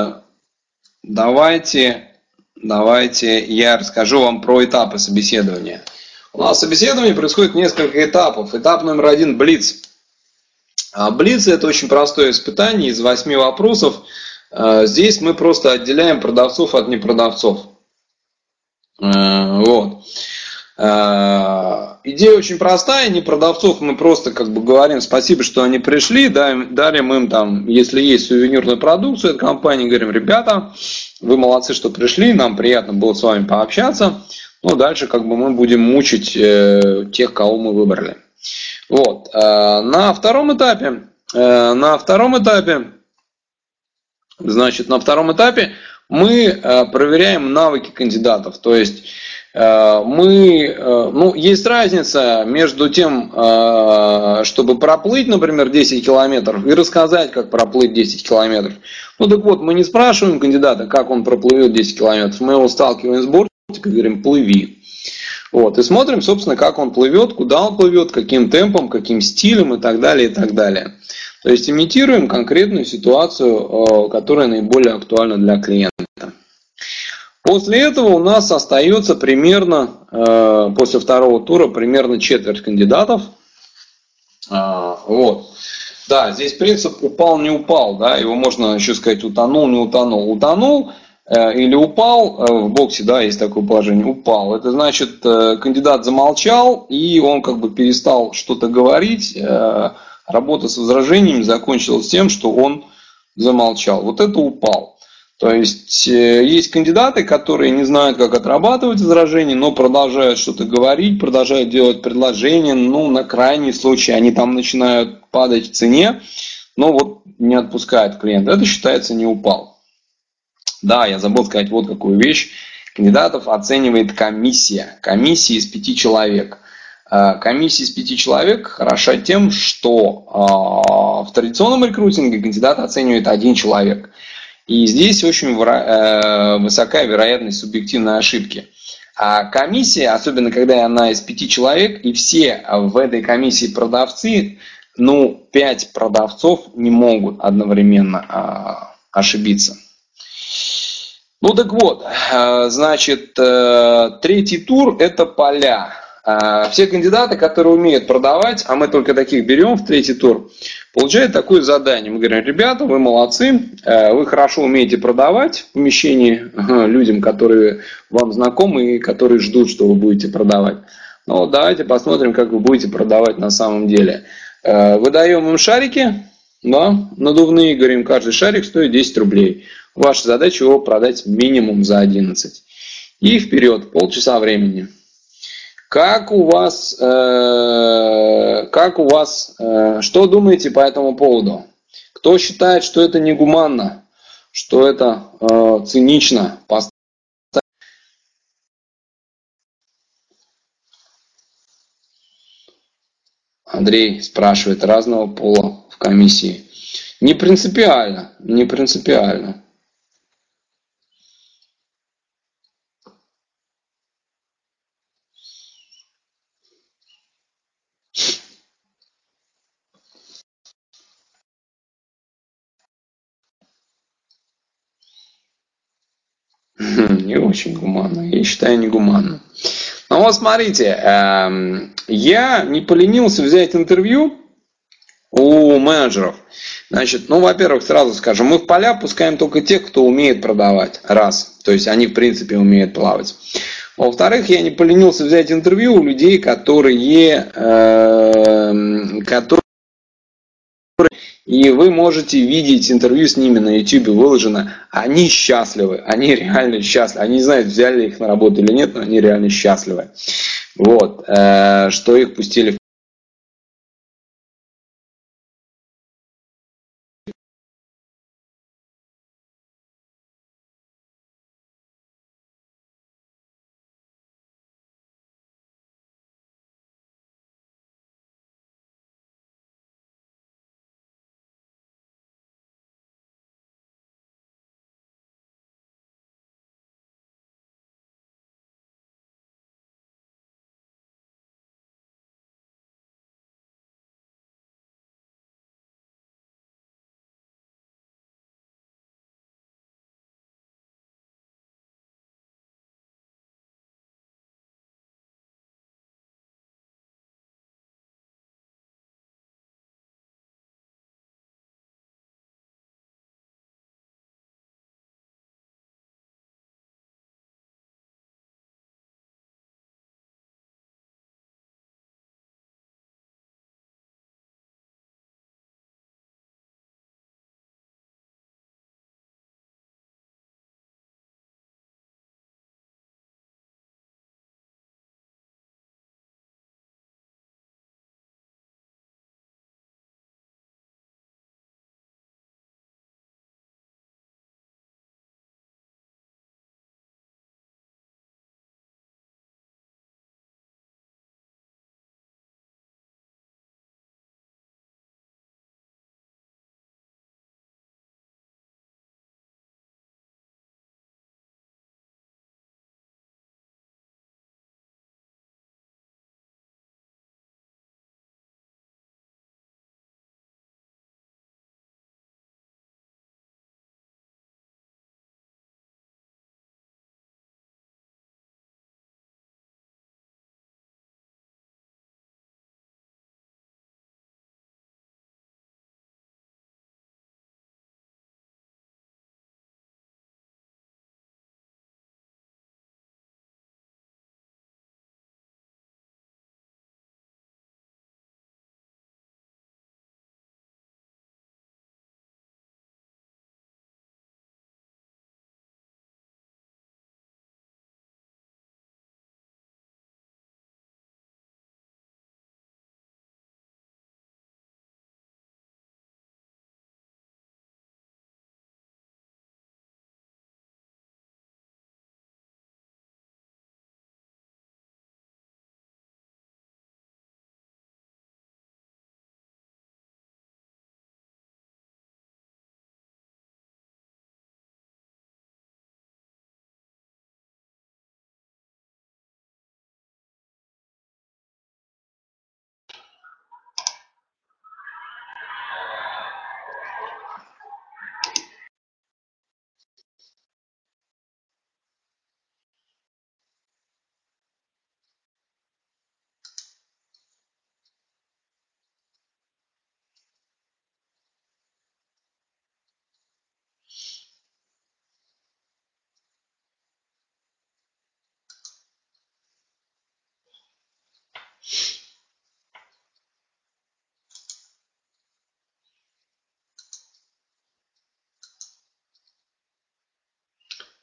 давайте я расскажу вам про этапы собеседования. У нас собеседование происходит несколько этапов. Этап номер 1 – блиц. Блиц – это очень простое испытание из 8 вопросов. Здесь мы просто отделяем продавцов от непродавцов. Вот. Идея очень простая, не продавцов мы просто говорим спасибо, что они пришли, дарим им если есть сувенирную продукцию от компании, говорим: ребята, вы молодцы, что пришли, нам приятно было с вами пообщаться, дальше мы будем мучить тех, кого мы выбрали. Вот. На втором этапе На втором этапе, значит, на втором этапе мы проверяем навыки кандидатов. То есть ну, есть разница между тем, чтобы проплыть, например, 10 километров и рассказать, как проплыть 10 километров. Ну так вот, мы не спрашиваем кандидата, как он проплывет 10 километров. Мы его сталкиваем с бортиком и говорим, плыви. Вот, и смотрим, собственно, как он плывет, куда он плывет, каким темпом, каким стилем и так далее, и так далее. То есть имитируем конкретную ситуацию, которая наиболее актуальна для клиента. После этого у нас остается примерно, после второго тура, примерно четверть кандидатов. Вот. Да, здесь принцип упал, не упал, да, его можно еще сказать утонул, не утонул. Утонул или упал, в боксе, да, есть такое положение, упал. Это значит, кандидат замолчал, и он как бы перестал что-то говорить, работа с возражениями закончилась тем, что он замолчал. Вот это упал. То есть, есть кандидаты, которые не знают, как отрабатывать возражения, но продолжают что-то говорить, продолжают делать предложения. Ну, на крайний случай они там начинают падать в цене, но вот не отпускают клиента. Это считается не упал. Да, я забыл сказать вот какую вещь. Кандидатов оценивает комиссия. Комиссия из 5 человек. Комиссия из 5 человек хороша тем, что в традиционном рекрутинге кандидат оценивает один человек. И здесь очень высокая вероятность субъективной ошибки. А комиссия, особенно когда она из 5 человек, и все в этой комиссии продавцы, ну, 5 продавцов не могут одновременно ошибиться. Ну так вот, значит, третий тур – это поля. Все кандидаты, которые умеют продавать, а мы только таких берем в третий тур, получают такое задание. Мы говорим, ребята, вы молодцы, вы хорошо умеете продавать в помещении людям, которые вам знакомы и которые ждут, что вы будете продавать. Ну, давайте посмотрим, как вы будете продавать на самом деле. Выдаем им шарики, да, надувные, говорим, каждый шарик стоит 10 рублей. Ваша задача его продать минимум за 11. И вперед, полчаса времени. Как у вас, что думаете по этому поводу? Кто считает, что это негуманно, что это цинично? Андрей спрашивает, разного пола в комиссии. Не принципиально, не принципиально. Не очень гуманно. Я считаю, не гуманно. Ну вот смотрите, я не поленился взять интервью у менеджеров. Значит, ну, во-первых, сразу скажем, мы в поля пускаем только тех, кто умеет продавать. Раз. То есть они, в принципе, умеют плавать. Во-вторых, я не поленился взять интервью у людей, которые и вы можете видеть интервью с ними на YouTube выложено. Они счастливы, они реально счастливы. Они не знают, взяли их на работу или нет, но они реально счастливы. Вот, что их пустили в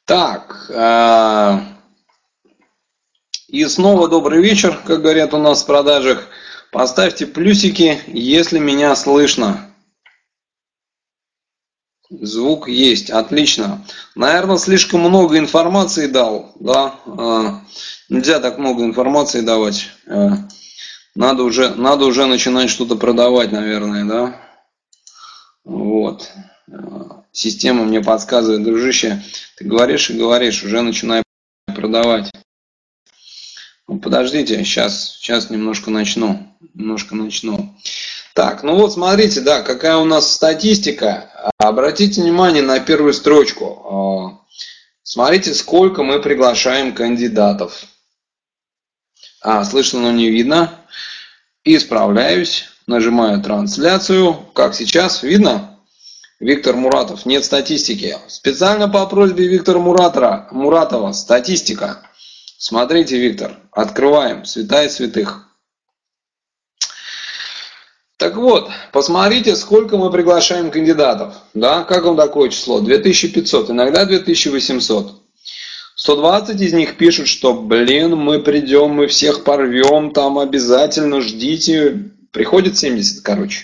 Так, и снова добрый вечер, как говорят у нас в продажах. Поставьте плюсики, если меня слышно. Звук есть, отлично. Наверное, слишком много информации дал, да? Нельзя так много информации давать. Надо уже начинать что-то продавать, наверное, да? Вот. Система мне подсказывает, дружище, ты говоришь и говоришь, уже начинай продавать. Ну, подождите, сейчас немножко начну. Так, ну вот смотрите, да, какая у нас статистика. Обратите внимание на первую строчку. Смотрите, сколько мы приглашаем кандидатов. Слышно, но не видно. Исправляюсь, нажимаю трансляцию. Как сейчас, видно? Виктор Муратов, нет статистики. Специально по просьбе Виктора Муратова, статистика. Смотрите, Виктор, открываем, святая святых. Так вот, посмотрите, сколько мы приглашаем кандидатов. Да, как вам такое число? 2500, иногда 2800. 120 из них пишут, что, мы придем, мы всех порвем, там обязательно ждите. Приходит 70, короче.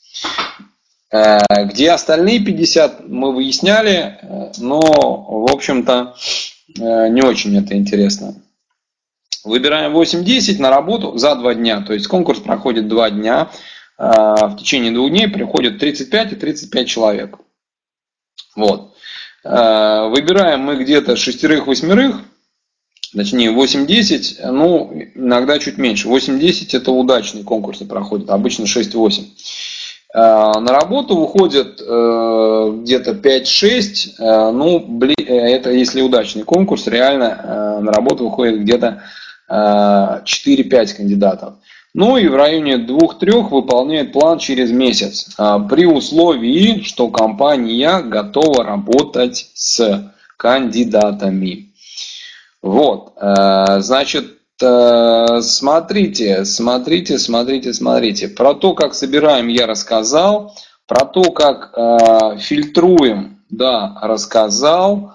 Где остальные 50, мы выясняли, но, в общем-то, не очень это интересно. Выбираем 8-10 на работу за 2 дня, то есть конкурс проходит 2 дня. В течение 2 дней приходит 35 и 35 человек. Вот. Выбираем мы где-то 6-8, точнее 8-10, ну иногда чуть меньше. 8-10 это удачные конкурсы проходят, обычно 6-8. На работу выходит где-то 5-6, ну это если удачный конкурс, реально на работу выходит где-то 4-5 кандидатов. Ну и в районе 2-3 выполняет план через месяц, при условии, что компания готова работать с кандидатами. Вот, значит, смотрите. Про то, как собираем, я рассказал. Про то, как фильтруем, да, рассказал.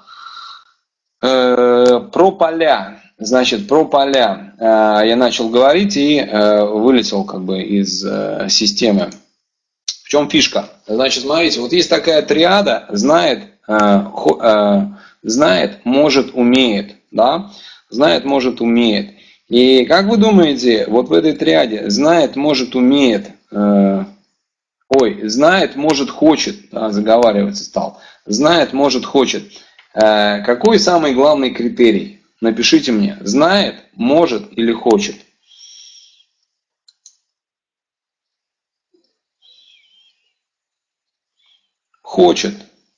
Про поля. Значит, про поля я начал говорить и вылетел как бы из системы. В чем фишка? Значит, смотрите, вот есть такая триада: знает, может, умеет. Да? Знает, может, умеет. И как вы думаете, вот в этой триаде знает, может, умеет, знает, может, хочет, заговариваться стал. Знает, может, хочет. Какой самый главный критерий? Напишите мне, знает, может или хочет. Хочет.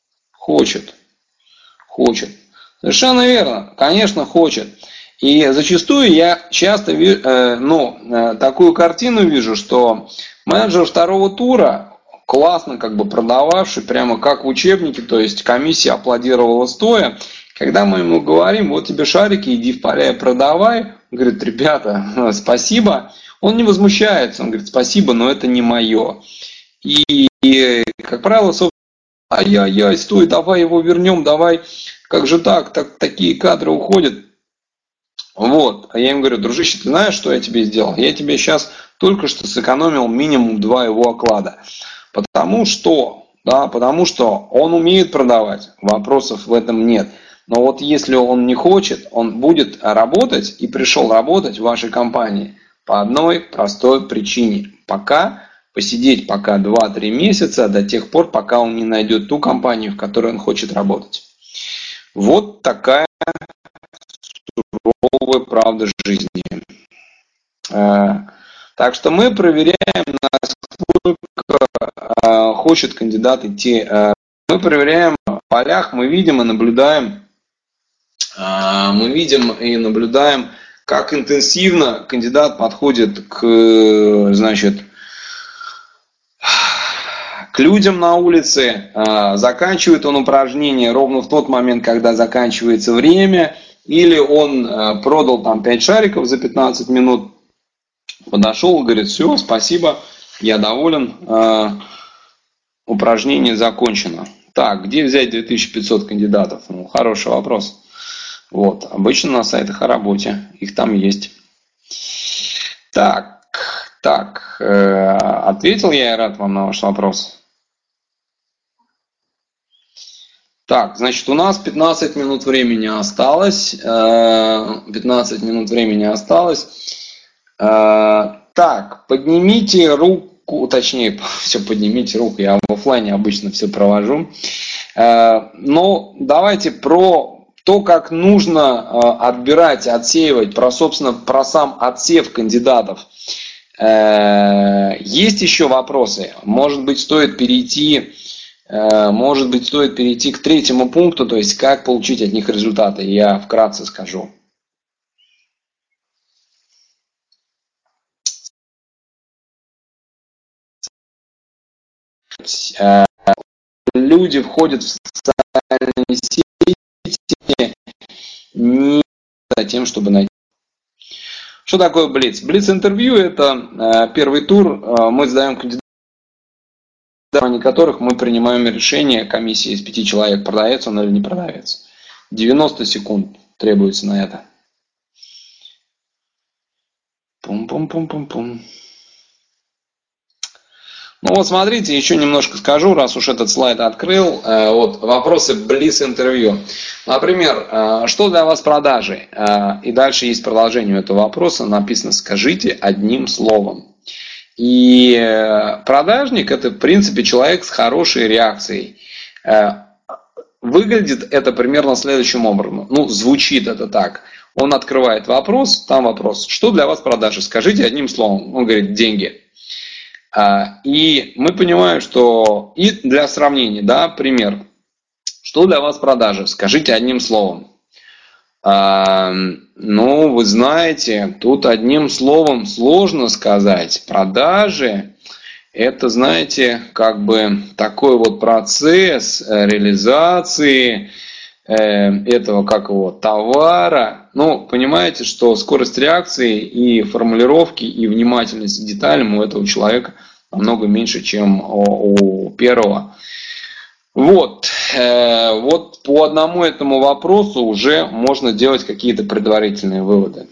Совершенно верно, конечно, хочет. И зачастую я часто такую картину вижу, что менеджер второго тура, классно как бы продававший, прямо как в учебнике, то есть комиссия аплодировала стоя. Когда мы ему говорим, вот тебе шарики, иди в поля и продавай, он говорит, ребята, спасибо. Он не возмущается, он говорит, спасибо, но это не мое. И как правило, собственно, ай-яй-яй, стой, давай его вернем, давай, как же так, такие кадры уходят. Вот, а я им говорю, дружище, ты знаешь, что я тебе сделал? Я тебе сейчас только что сэкономил минимум 2 его оклада. Потому что он умеет продавать, вопросов в этом нет. Но вот если он не хочет, он будет работать и пришел работать в вашей компании по одной простой причине. Посидеть пока 2-3 месяца, до тех пор, пока он не найдет ту компанию, в которой он хочет работать. Вот такая суровая правда жизни. Так что мы проверяем, насколько хочет кандидат идти. Мы проверяем в полях, мы видим и наблюдаем, как интенсивно кандидат подходит к людям на улице, заканчивает он упражнение ровно в тот момент, когда заканчивается время, или он продал там 5 шариков за 15 минут, подошел и говорит, все, спасибо, я доволен, упражнение закончено. Так, где взять 2500 кандидатов? Ну, хороший вопрос. Вот, обычно на сайтах о работе, их там есть. Так, ответил я, Айрат, вам на ваш вопрос? Так, значит, у нас 15 минут времени осталось. 15 минут времени осталось. Так, поднимите руку, точнее, все, поднимите руку, я в офлайне обычно все провожу. Но давайте про то, как нужно отбирать, отсеивать, собственно, про сам отсев кандидатов. Есть еще вопросы? Может быть, стоит перейти к третьему пункту, то есть как получить от них результаты. Я вкратце скажу. Люди входят в социальные сети не за тем, чтобы найти. Что такое Блиц? Блиц-интервью – это первый тур. Мы задаем кандидатов, в основании которых мы принимаем решение, комиссия из 5 человек, продается он или не продается. 90 секунд требуется на это. Пум-пум-пум-пум-пум. Ну вот смотрите, еще немножко скажу, раз уж этот слайд открыл. Вот вопросы Блиц-интервью. Например, что для вас продажи? И дальше есть продолжение этого вопроса. Написано «скажите одним словом». И продажник – это, в принципе, человек с хорошей реакцией. Выглядит это примерно следующим образом. Ну, звучит это так. Он открывает вопрос, там вопрос. Что для вас продажи? Скажите одним словом. Он говорит «деньги». И мы понимаем, что и для сравнения, да, пример. Что для вас продажи? Скажите одним словом. Ну, вы знаете, тут одним словом сложно сказать. Продажи – это, знаете, как бы такой вот процесс реализации этого, как его, товара. Ну, понимаете, что скорость реакции и формулировки, и внимательность к деталям у этого человека намного меньше, чем у первого. Вот по одному этому вопросу уже можно делать какие-то предварительные выводы.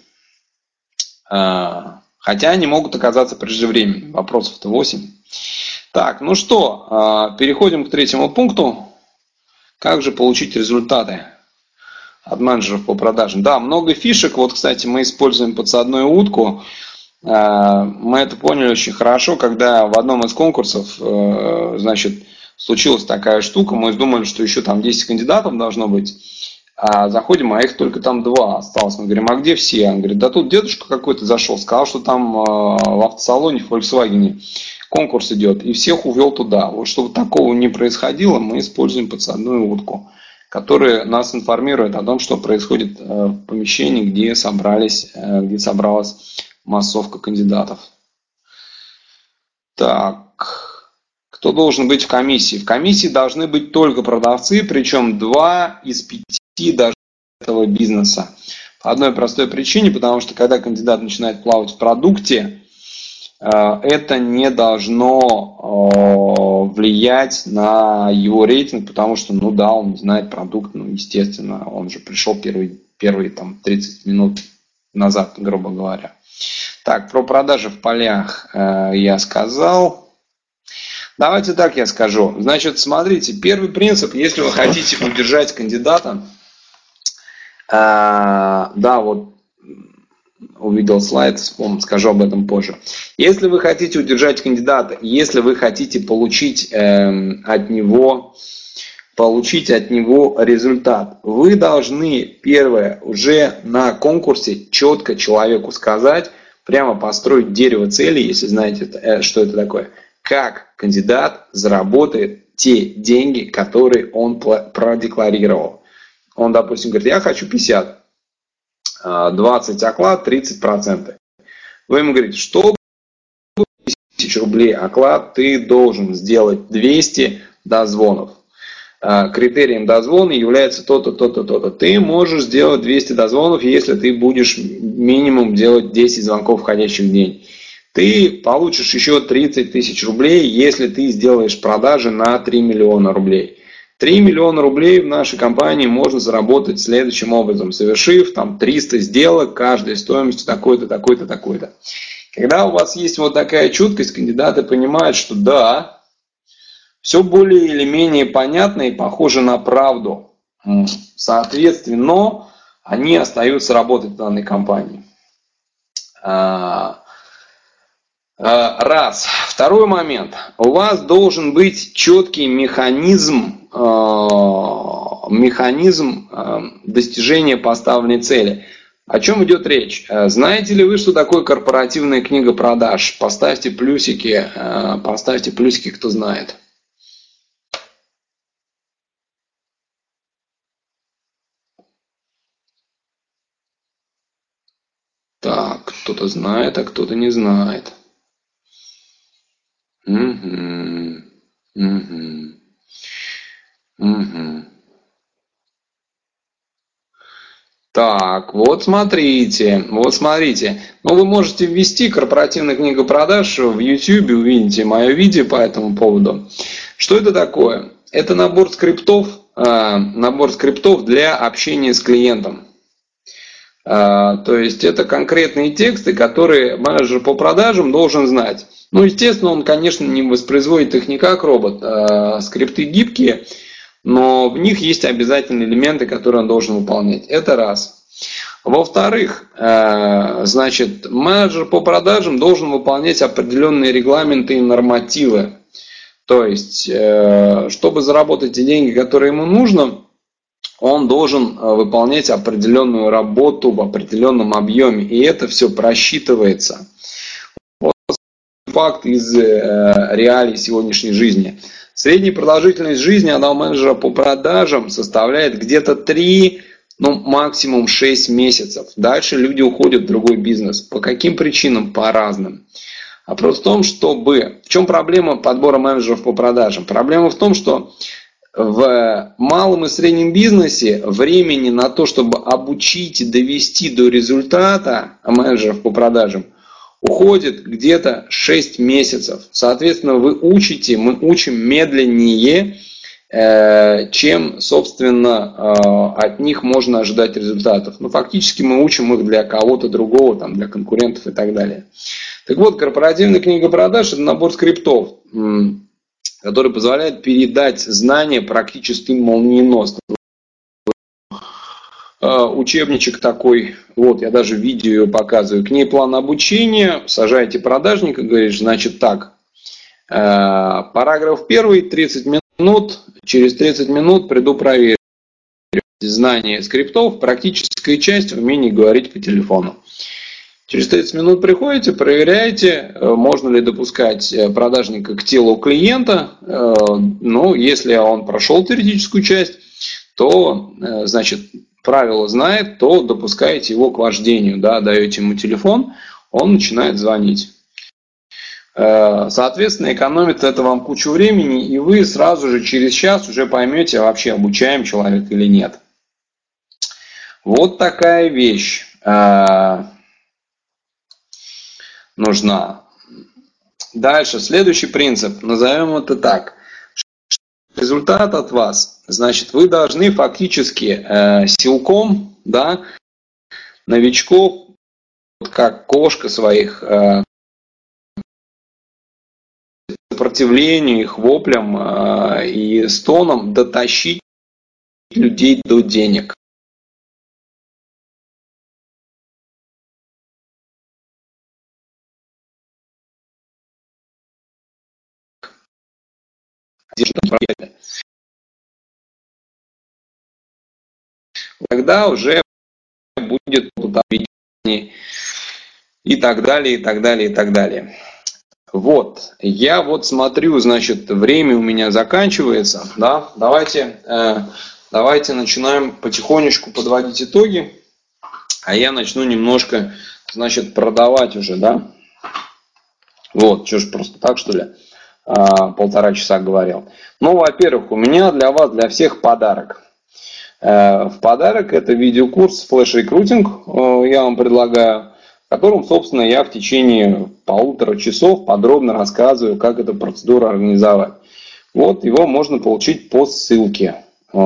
Хотя они могут оказаться преждевременными. Вопросов-то 8. Так, ну что, переходим к третьему пункту. Как же получить результаты от менеджеров по продажам? Да, много фишек. Вот, кстати, мы используем подсадную утку. Мы это поняли очень хорошо, когда в одном из конкурсов, значит, случилась такая штука. Мы думали, что еще там 10 кандидатов должно быть. А заходим, а их только там 2 осталось. Мы говорим, а где все? Он говорит, да тут дедушка какой-то зашел, сказал, что там в автосалоне в Volkswagen конкурс идет, и всех увел туда. Вот чтобы такого не происходило, мы используем подсадную утку, которая нас информирует о том, что происходит в помещении, где собралась массовка кандидатов. Так, кто должен быть в комиссии? В комиссии должны быть только продавцы, причем 2 из 5 даже этого бизнеса. По одной простой причине, потому что когда кандидат начинает плавать в продукте, это не должно влиять на его рейтинг, потому что, ну да, он не знает продукт, ну естественно, он же пришел первые там 30 минут назад, грубо говоря. Так, про продажи в полях я сказал. Давайте так я скажу. Значит, смотрите, первый принцип, если вы хотите удержать кандидата, да, вот увидел слайд, скажу об этом позже. Если вы хотите удержать кандидата, если вы хотите получить от него результат, вы должны, первое, уже на конкурсе четко человеку сказать, прямо построить дерево целей, если знаете, что это такое, как кандидат заработает те деньги, которые он продекларировал. Он, допустим, говорит, я хочу 50, 20 оклад, 30%. Вы ему говорите, чтобы 1000 рублей оклад, ты должен сделать 200 дозвонов. Критерием дозвона является то-то, то-то, то-то. Ты можешь сделать 200 дозвонов, если ты будешь минимум делать 10 звонков входящих в день. Ты получишь еще 30 000 рублей, если ты сделаешь продажи на 3 миллиона рублей. 3 миллиона рублей в нашей компании можно заработать следующим образом, совершив там 300 сделок, каждой стоимостью такой-то, такой-то, такой-то. Когда у вас есть вот такая чуткость, кандидаты понимают, что да, все более или менее понятно и похоже на правду. Соответственно, они остаются работать в данной компании. Раз. Второй момент. У вас должен быть четкий механизм достижения поставленной цели. О чем идет речь? Знаете ли вы, что такое корпоративная книга продаж? Поставьте плюсики, кто знает. Так, кто-то знает, а кто-то не знает. Так, вот смотрите. Ну, вы можете ввести корпоративная книга продаж в YouTube, увидите мое видео по этому поводу. Что это такое? Это набор скриптов для общения с клиентом. То есть это конкретные тексты, которые менеджер по продажам должен знать. Ну, естественно, он, конечно, не воспроизводит их не как робот. Скрипты гибкие, но в них есть обязательные элементы, которые он должен выполнять. Это раз. Во-вторых, значит, менеджер по продажам должен выполнять определенные регламенты и нормативы. То есть, чтобы заработать те деньги, которые ему нужно, он должен выполнять определенную работу в определенном объеме. И это все просчитывается. Вот факт из реалий сегодняшней жизни. Средняя продолжительность жизни одного менеджера по продажам составляет где-то 3, максимум 6 месяцев. Дальше люди уходят в другой бизнес. По каким причинам? По разным. Вопрос в том, в чем проблема подбора менеджеров по продажам? Проблема в том, что в малом и среднем бизнесе времени на то, чтобы обучить и довести до результата менеджеров по продажам, уходит где-то 6 месяцев. Соответственно, мы учим медленнее, чем, собственно, от них можно ожидать результатов. Но фактически мы учим их для кого-то другого, там, для конкурентов и так далее. Так вот, корпоративная книга продаж – это набор скриптов, который позволяет передать знания практически молниеносно. Учебничек такой, вот я даже видео ее показываю. К ней план обучения, сажаете продажника, говоришь, значит так, параграф 1, 30 минут, через 30 минут приду проверить знания скриптов, практическая часть, умение говорить по телефону. Через 30 минут приходите, проверяете, можно ли допускать продажника к телу клиента. Ну, если он прошел теоретическую часть, то, значит, правило знает, то допускаете его к вождению, да, даете ему телефон, он начинает звонить. Соответственно, экономит это вам кучу времени, и вы сразу же через час уже поймете, вообще обучаем человека или нет. Вот такая вещь нужна. Дальше, следующий принцип, назовем это так. Результат от вас, значит, вы должны фактически силком, да, новичков, как кошка своих, сопротивлению, их воплям и стонам дотащить людей до денег. Тогда уже будет и так далее, и так далее, и так далее. Вот, я вот смотрю, значит, время у меня заканчивается, да, давайте начинаем потихонечку подводить итоги, а я начну немножко, значит, продавать уже, да. Вот, что ж, просто так, что ли, 1,5 часа говорил. Ну, во-первых, у меня для вас, для всех подарок. В подарок это видеокурс флеш-рекрутинг, я вам предлагаю, в котором, собственно, я в течение 1,5 часов подробно рассказываю, как эту процедуру организовать. Вот его можно получить по ссылке.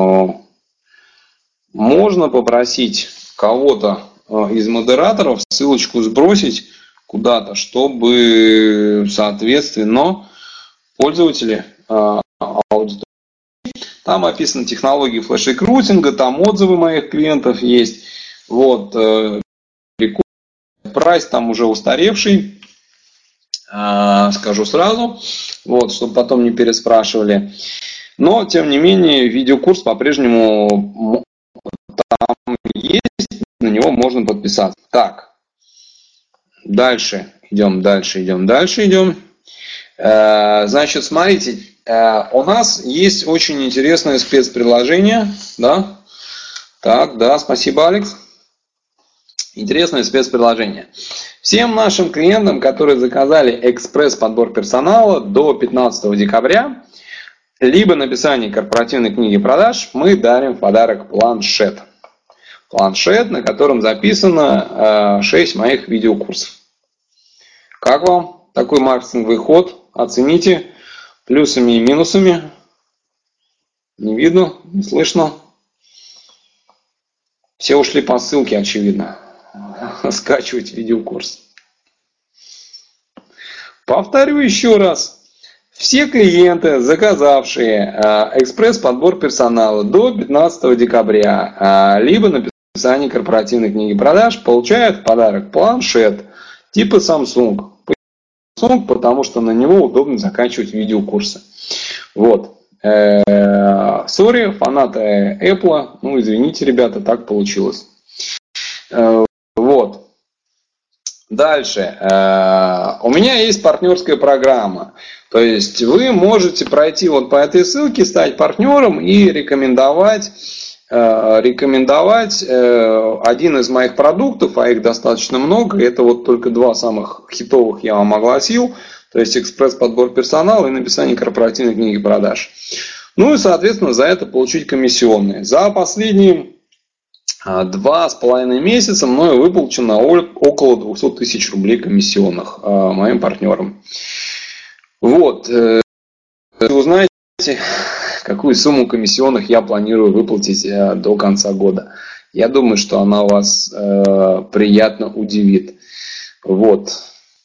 Можно попросить кого-то из модераторов ссылочку сбросить куда-то, чтобы, соответственно, пользователи аудитории. Там описаны технологии флеш-рекрутинга, там отзывы моих клиентов есть. Вот, прайс там уже устаревший, скажу сразу, вот, чтобы потом не переспрашивали. Но, тем не менее, видеокурс по-прежнему там есть, на него можно подписаться. Так, дальше идем. Значит, смотрите, у нас есть очень интересное спецприложение, да? Так, да, спасибо, Алекс. Интересное спецприложение. Всем нашим клиентам, которые заказали экспресс-подбор персонала до 15 декабря, либо написание корпоративной книги продаж, мы дарим в подарок планшет. Планшет, на котором записано 6 моих видеокурсов. Как вам такой маркетинговый ход? Оцените плюсами и минусами. Не видно, не слышно. Все ушли по ссылке, очевидно. Скачивать видеокурс. Повторю еще раз. Все клиенты, заказавшие экспресс-подбор персонала до 15 декабря, либо написание корпоративной книги продаж, получают в подарок планшет типа Samsung. Samsung, потому что на него удобно заканчивать видеокурсы. Вот. Сори, фанаты Apple, ну извините, ребята, так получилось. Вот. Дальше. У меня есть партнерская программа. То есть вы можете пройти вот по этой ссылке, стать партнером и рекомендовать один из моих продуктов, а их достаточно много. Это вот только 2 самых хитовых я вам огласил. То есть экспресс-подбор персонала и написание корпоративной книги продаж. Ну и, соответственно, за это получить комиссионные. За последние 2,5 месяца мною выплачено около 200 тысяч рублей комиссионных моим партнерам. Вот. Вы узнаете, какую сумму комиссионных я планирую выплатить до конца года. Я думаю, что она вас приятно удивит. Вот.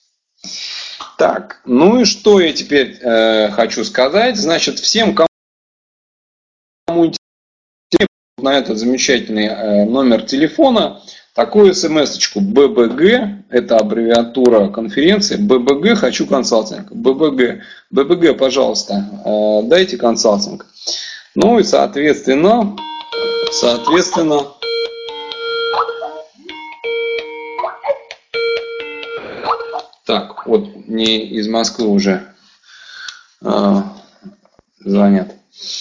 Так, ну и что я теперь хочу сказать. Значит, всем, кому интересно, на этот замечательный номер телефона такую смс-очку ББГ, это аббревиатура конференции, ББГ, хочу консалтинг, ББГ, пожалуйста, дайте консалтинг. Ну и соответственно, так, вот мне из Москвы уже звонят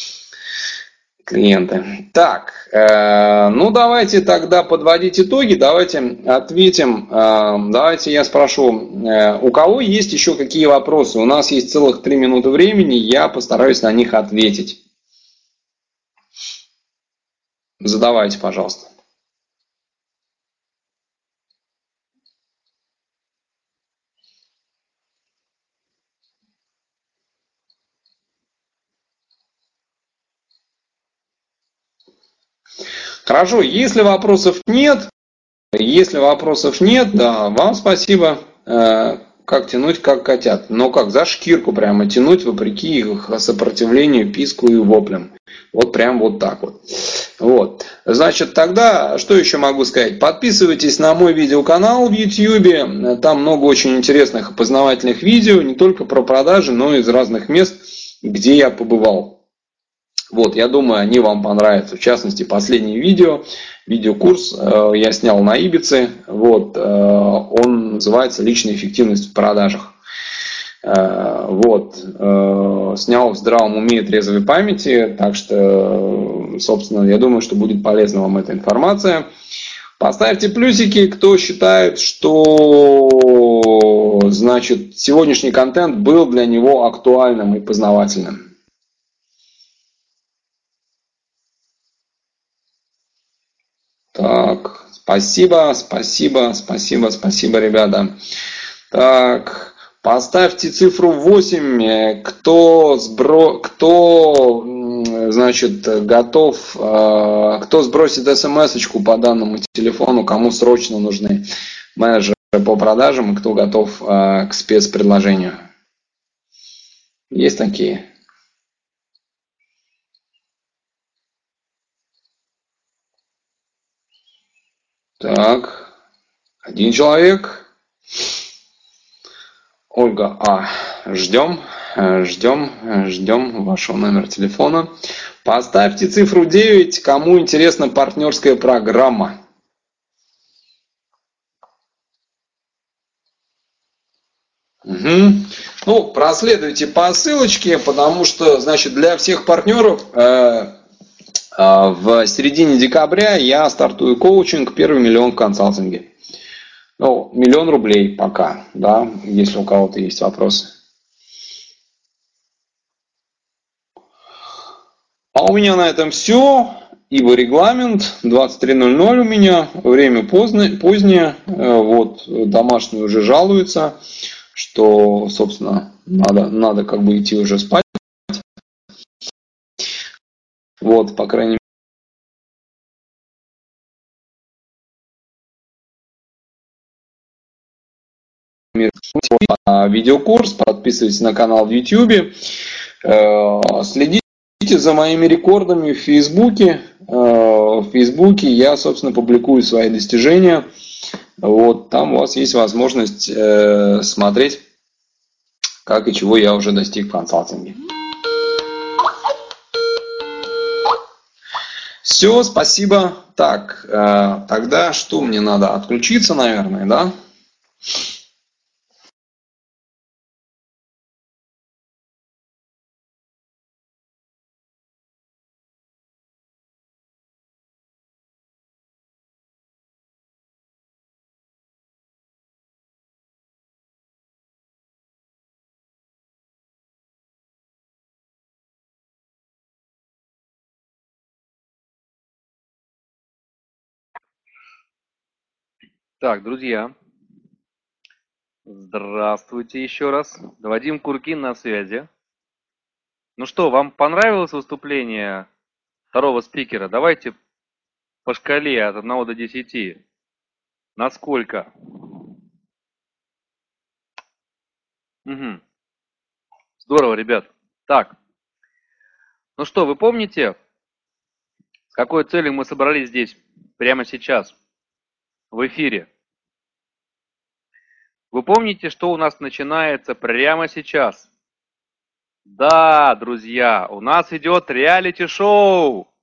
клиенты. Так, ну давайте тогда подводить итоги, давайте ответим, давайте я спрошу, у кого есть еще какие вопросы? У нас есть целых 3 минуты времени, я постараюсь на них ответить. Задавайте, пожалуйста. Хорошо, если вопросов нет, да, вам спасибо. Как тянуть, как котят. Но как за шкирку прямо тянуть, вопреки их сопротивлению, писку и воплям. Вот прям вот так вот. Вот. Значит, тогда, что еще могу сказать? Подписывайтесь на мой видеоканал в YouTube. Там много очень интересных и познавательных видео, не только про продажи, но и из разных мест, где я побывал. Вот, я думаю, они вам понравятся. В частности, последнее видеокурс я снял на Ибице. Вот, он называется «Личная эффективность в продажах». Вот, снял в здравом уме и трезвой памяти. Так что, собственно, я думаю, что будет полезна вам эта информация. Поставьте плюсики, кто считает, что, значит, сегодняшний контент был для него актуальным и познавательным. Так, спасибо, ребята. Так, Поставьте цифру 8, значит, готов, кто сбросит смс-очку по данному телефону, кому срочно нужны менеджеры по продажам и кто готов к спецпредложению. Есть такие? Так, один человек. Ольга, ждем вашего номера телефона. Поставьте цифру 9, кому интересна партнерская программа. Угу. Ну, проследуйте по ссылочке, потому что, значит, для всех партнеров в середине декабря я стартую коучинг «Первый миллион в консалтинге». Ну, 1 000 000 рублей пока, да, если у кого-то есть вопросы. А у меня на этом все, ибо регламент 23:00 у меня, время позднее, вот, домашний уже жалуется, что, собственно, надо как бы идти уже спать. Вот, по крайней мере, видеокурс, подписывайтесь на канал в YouTube, следите за моими рекордами в Фейсбуке. В Фейсбуке я, собственно, публикую свои достижения. Вот, там у вас есть возможность смотреть, как и чего я уже достиг в консалтинге. Все, спасибо. Так, тогда что мне надо? Отключиться, наверное, да? Так, друзья, здравствуйте еще раз. Вадим Куркин на связи. Ну что, вам понравилось выступление второго спикера? Давайте по шкале от 1 до 10. Насколько? Угу. Здорово, ребят. Так, ну что, вы помните, с какой целью мы собрались здесь прямо сейчас, в эфире? Вы помните, что у нас начинается прямо сейчас? Да, друзья, у нас идет реалити-шоу.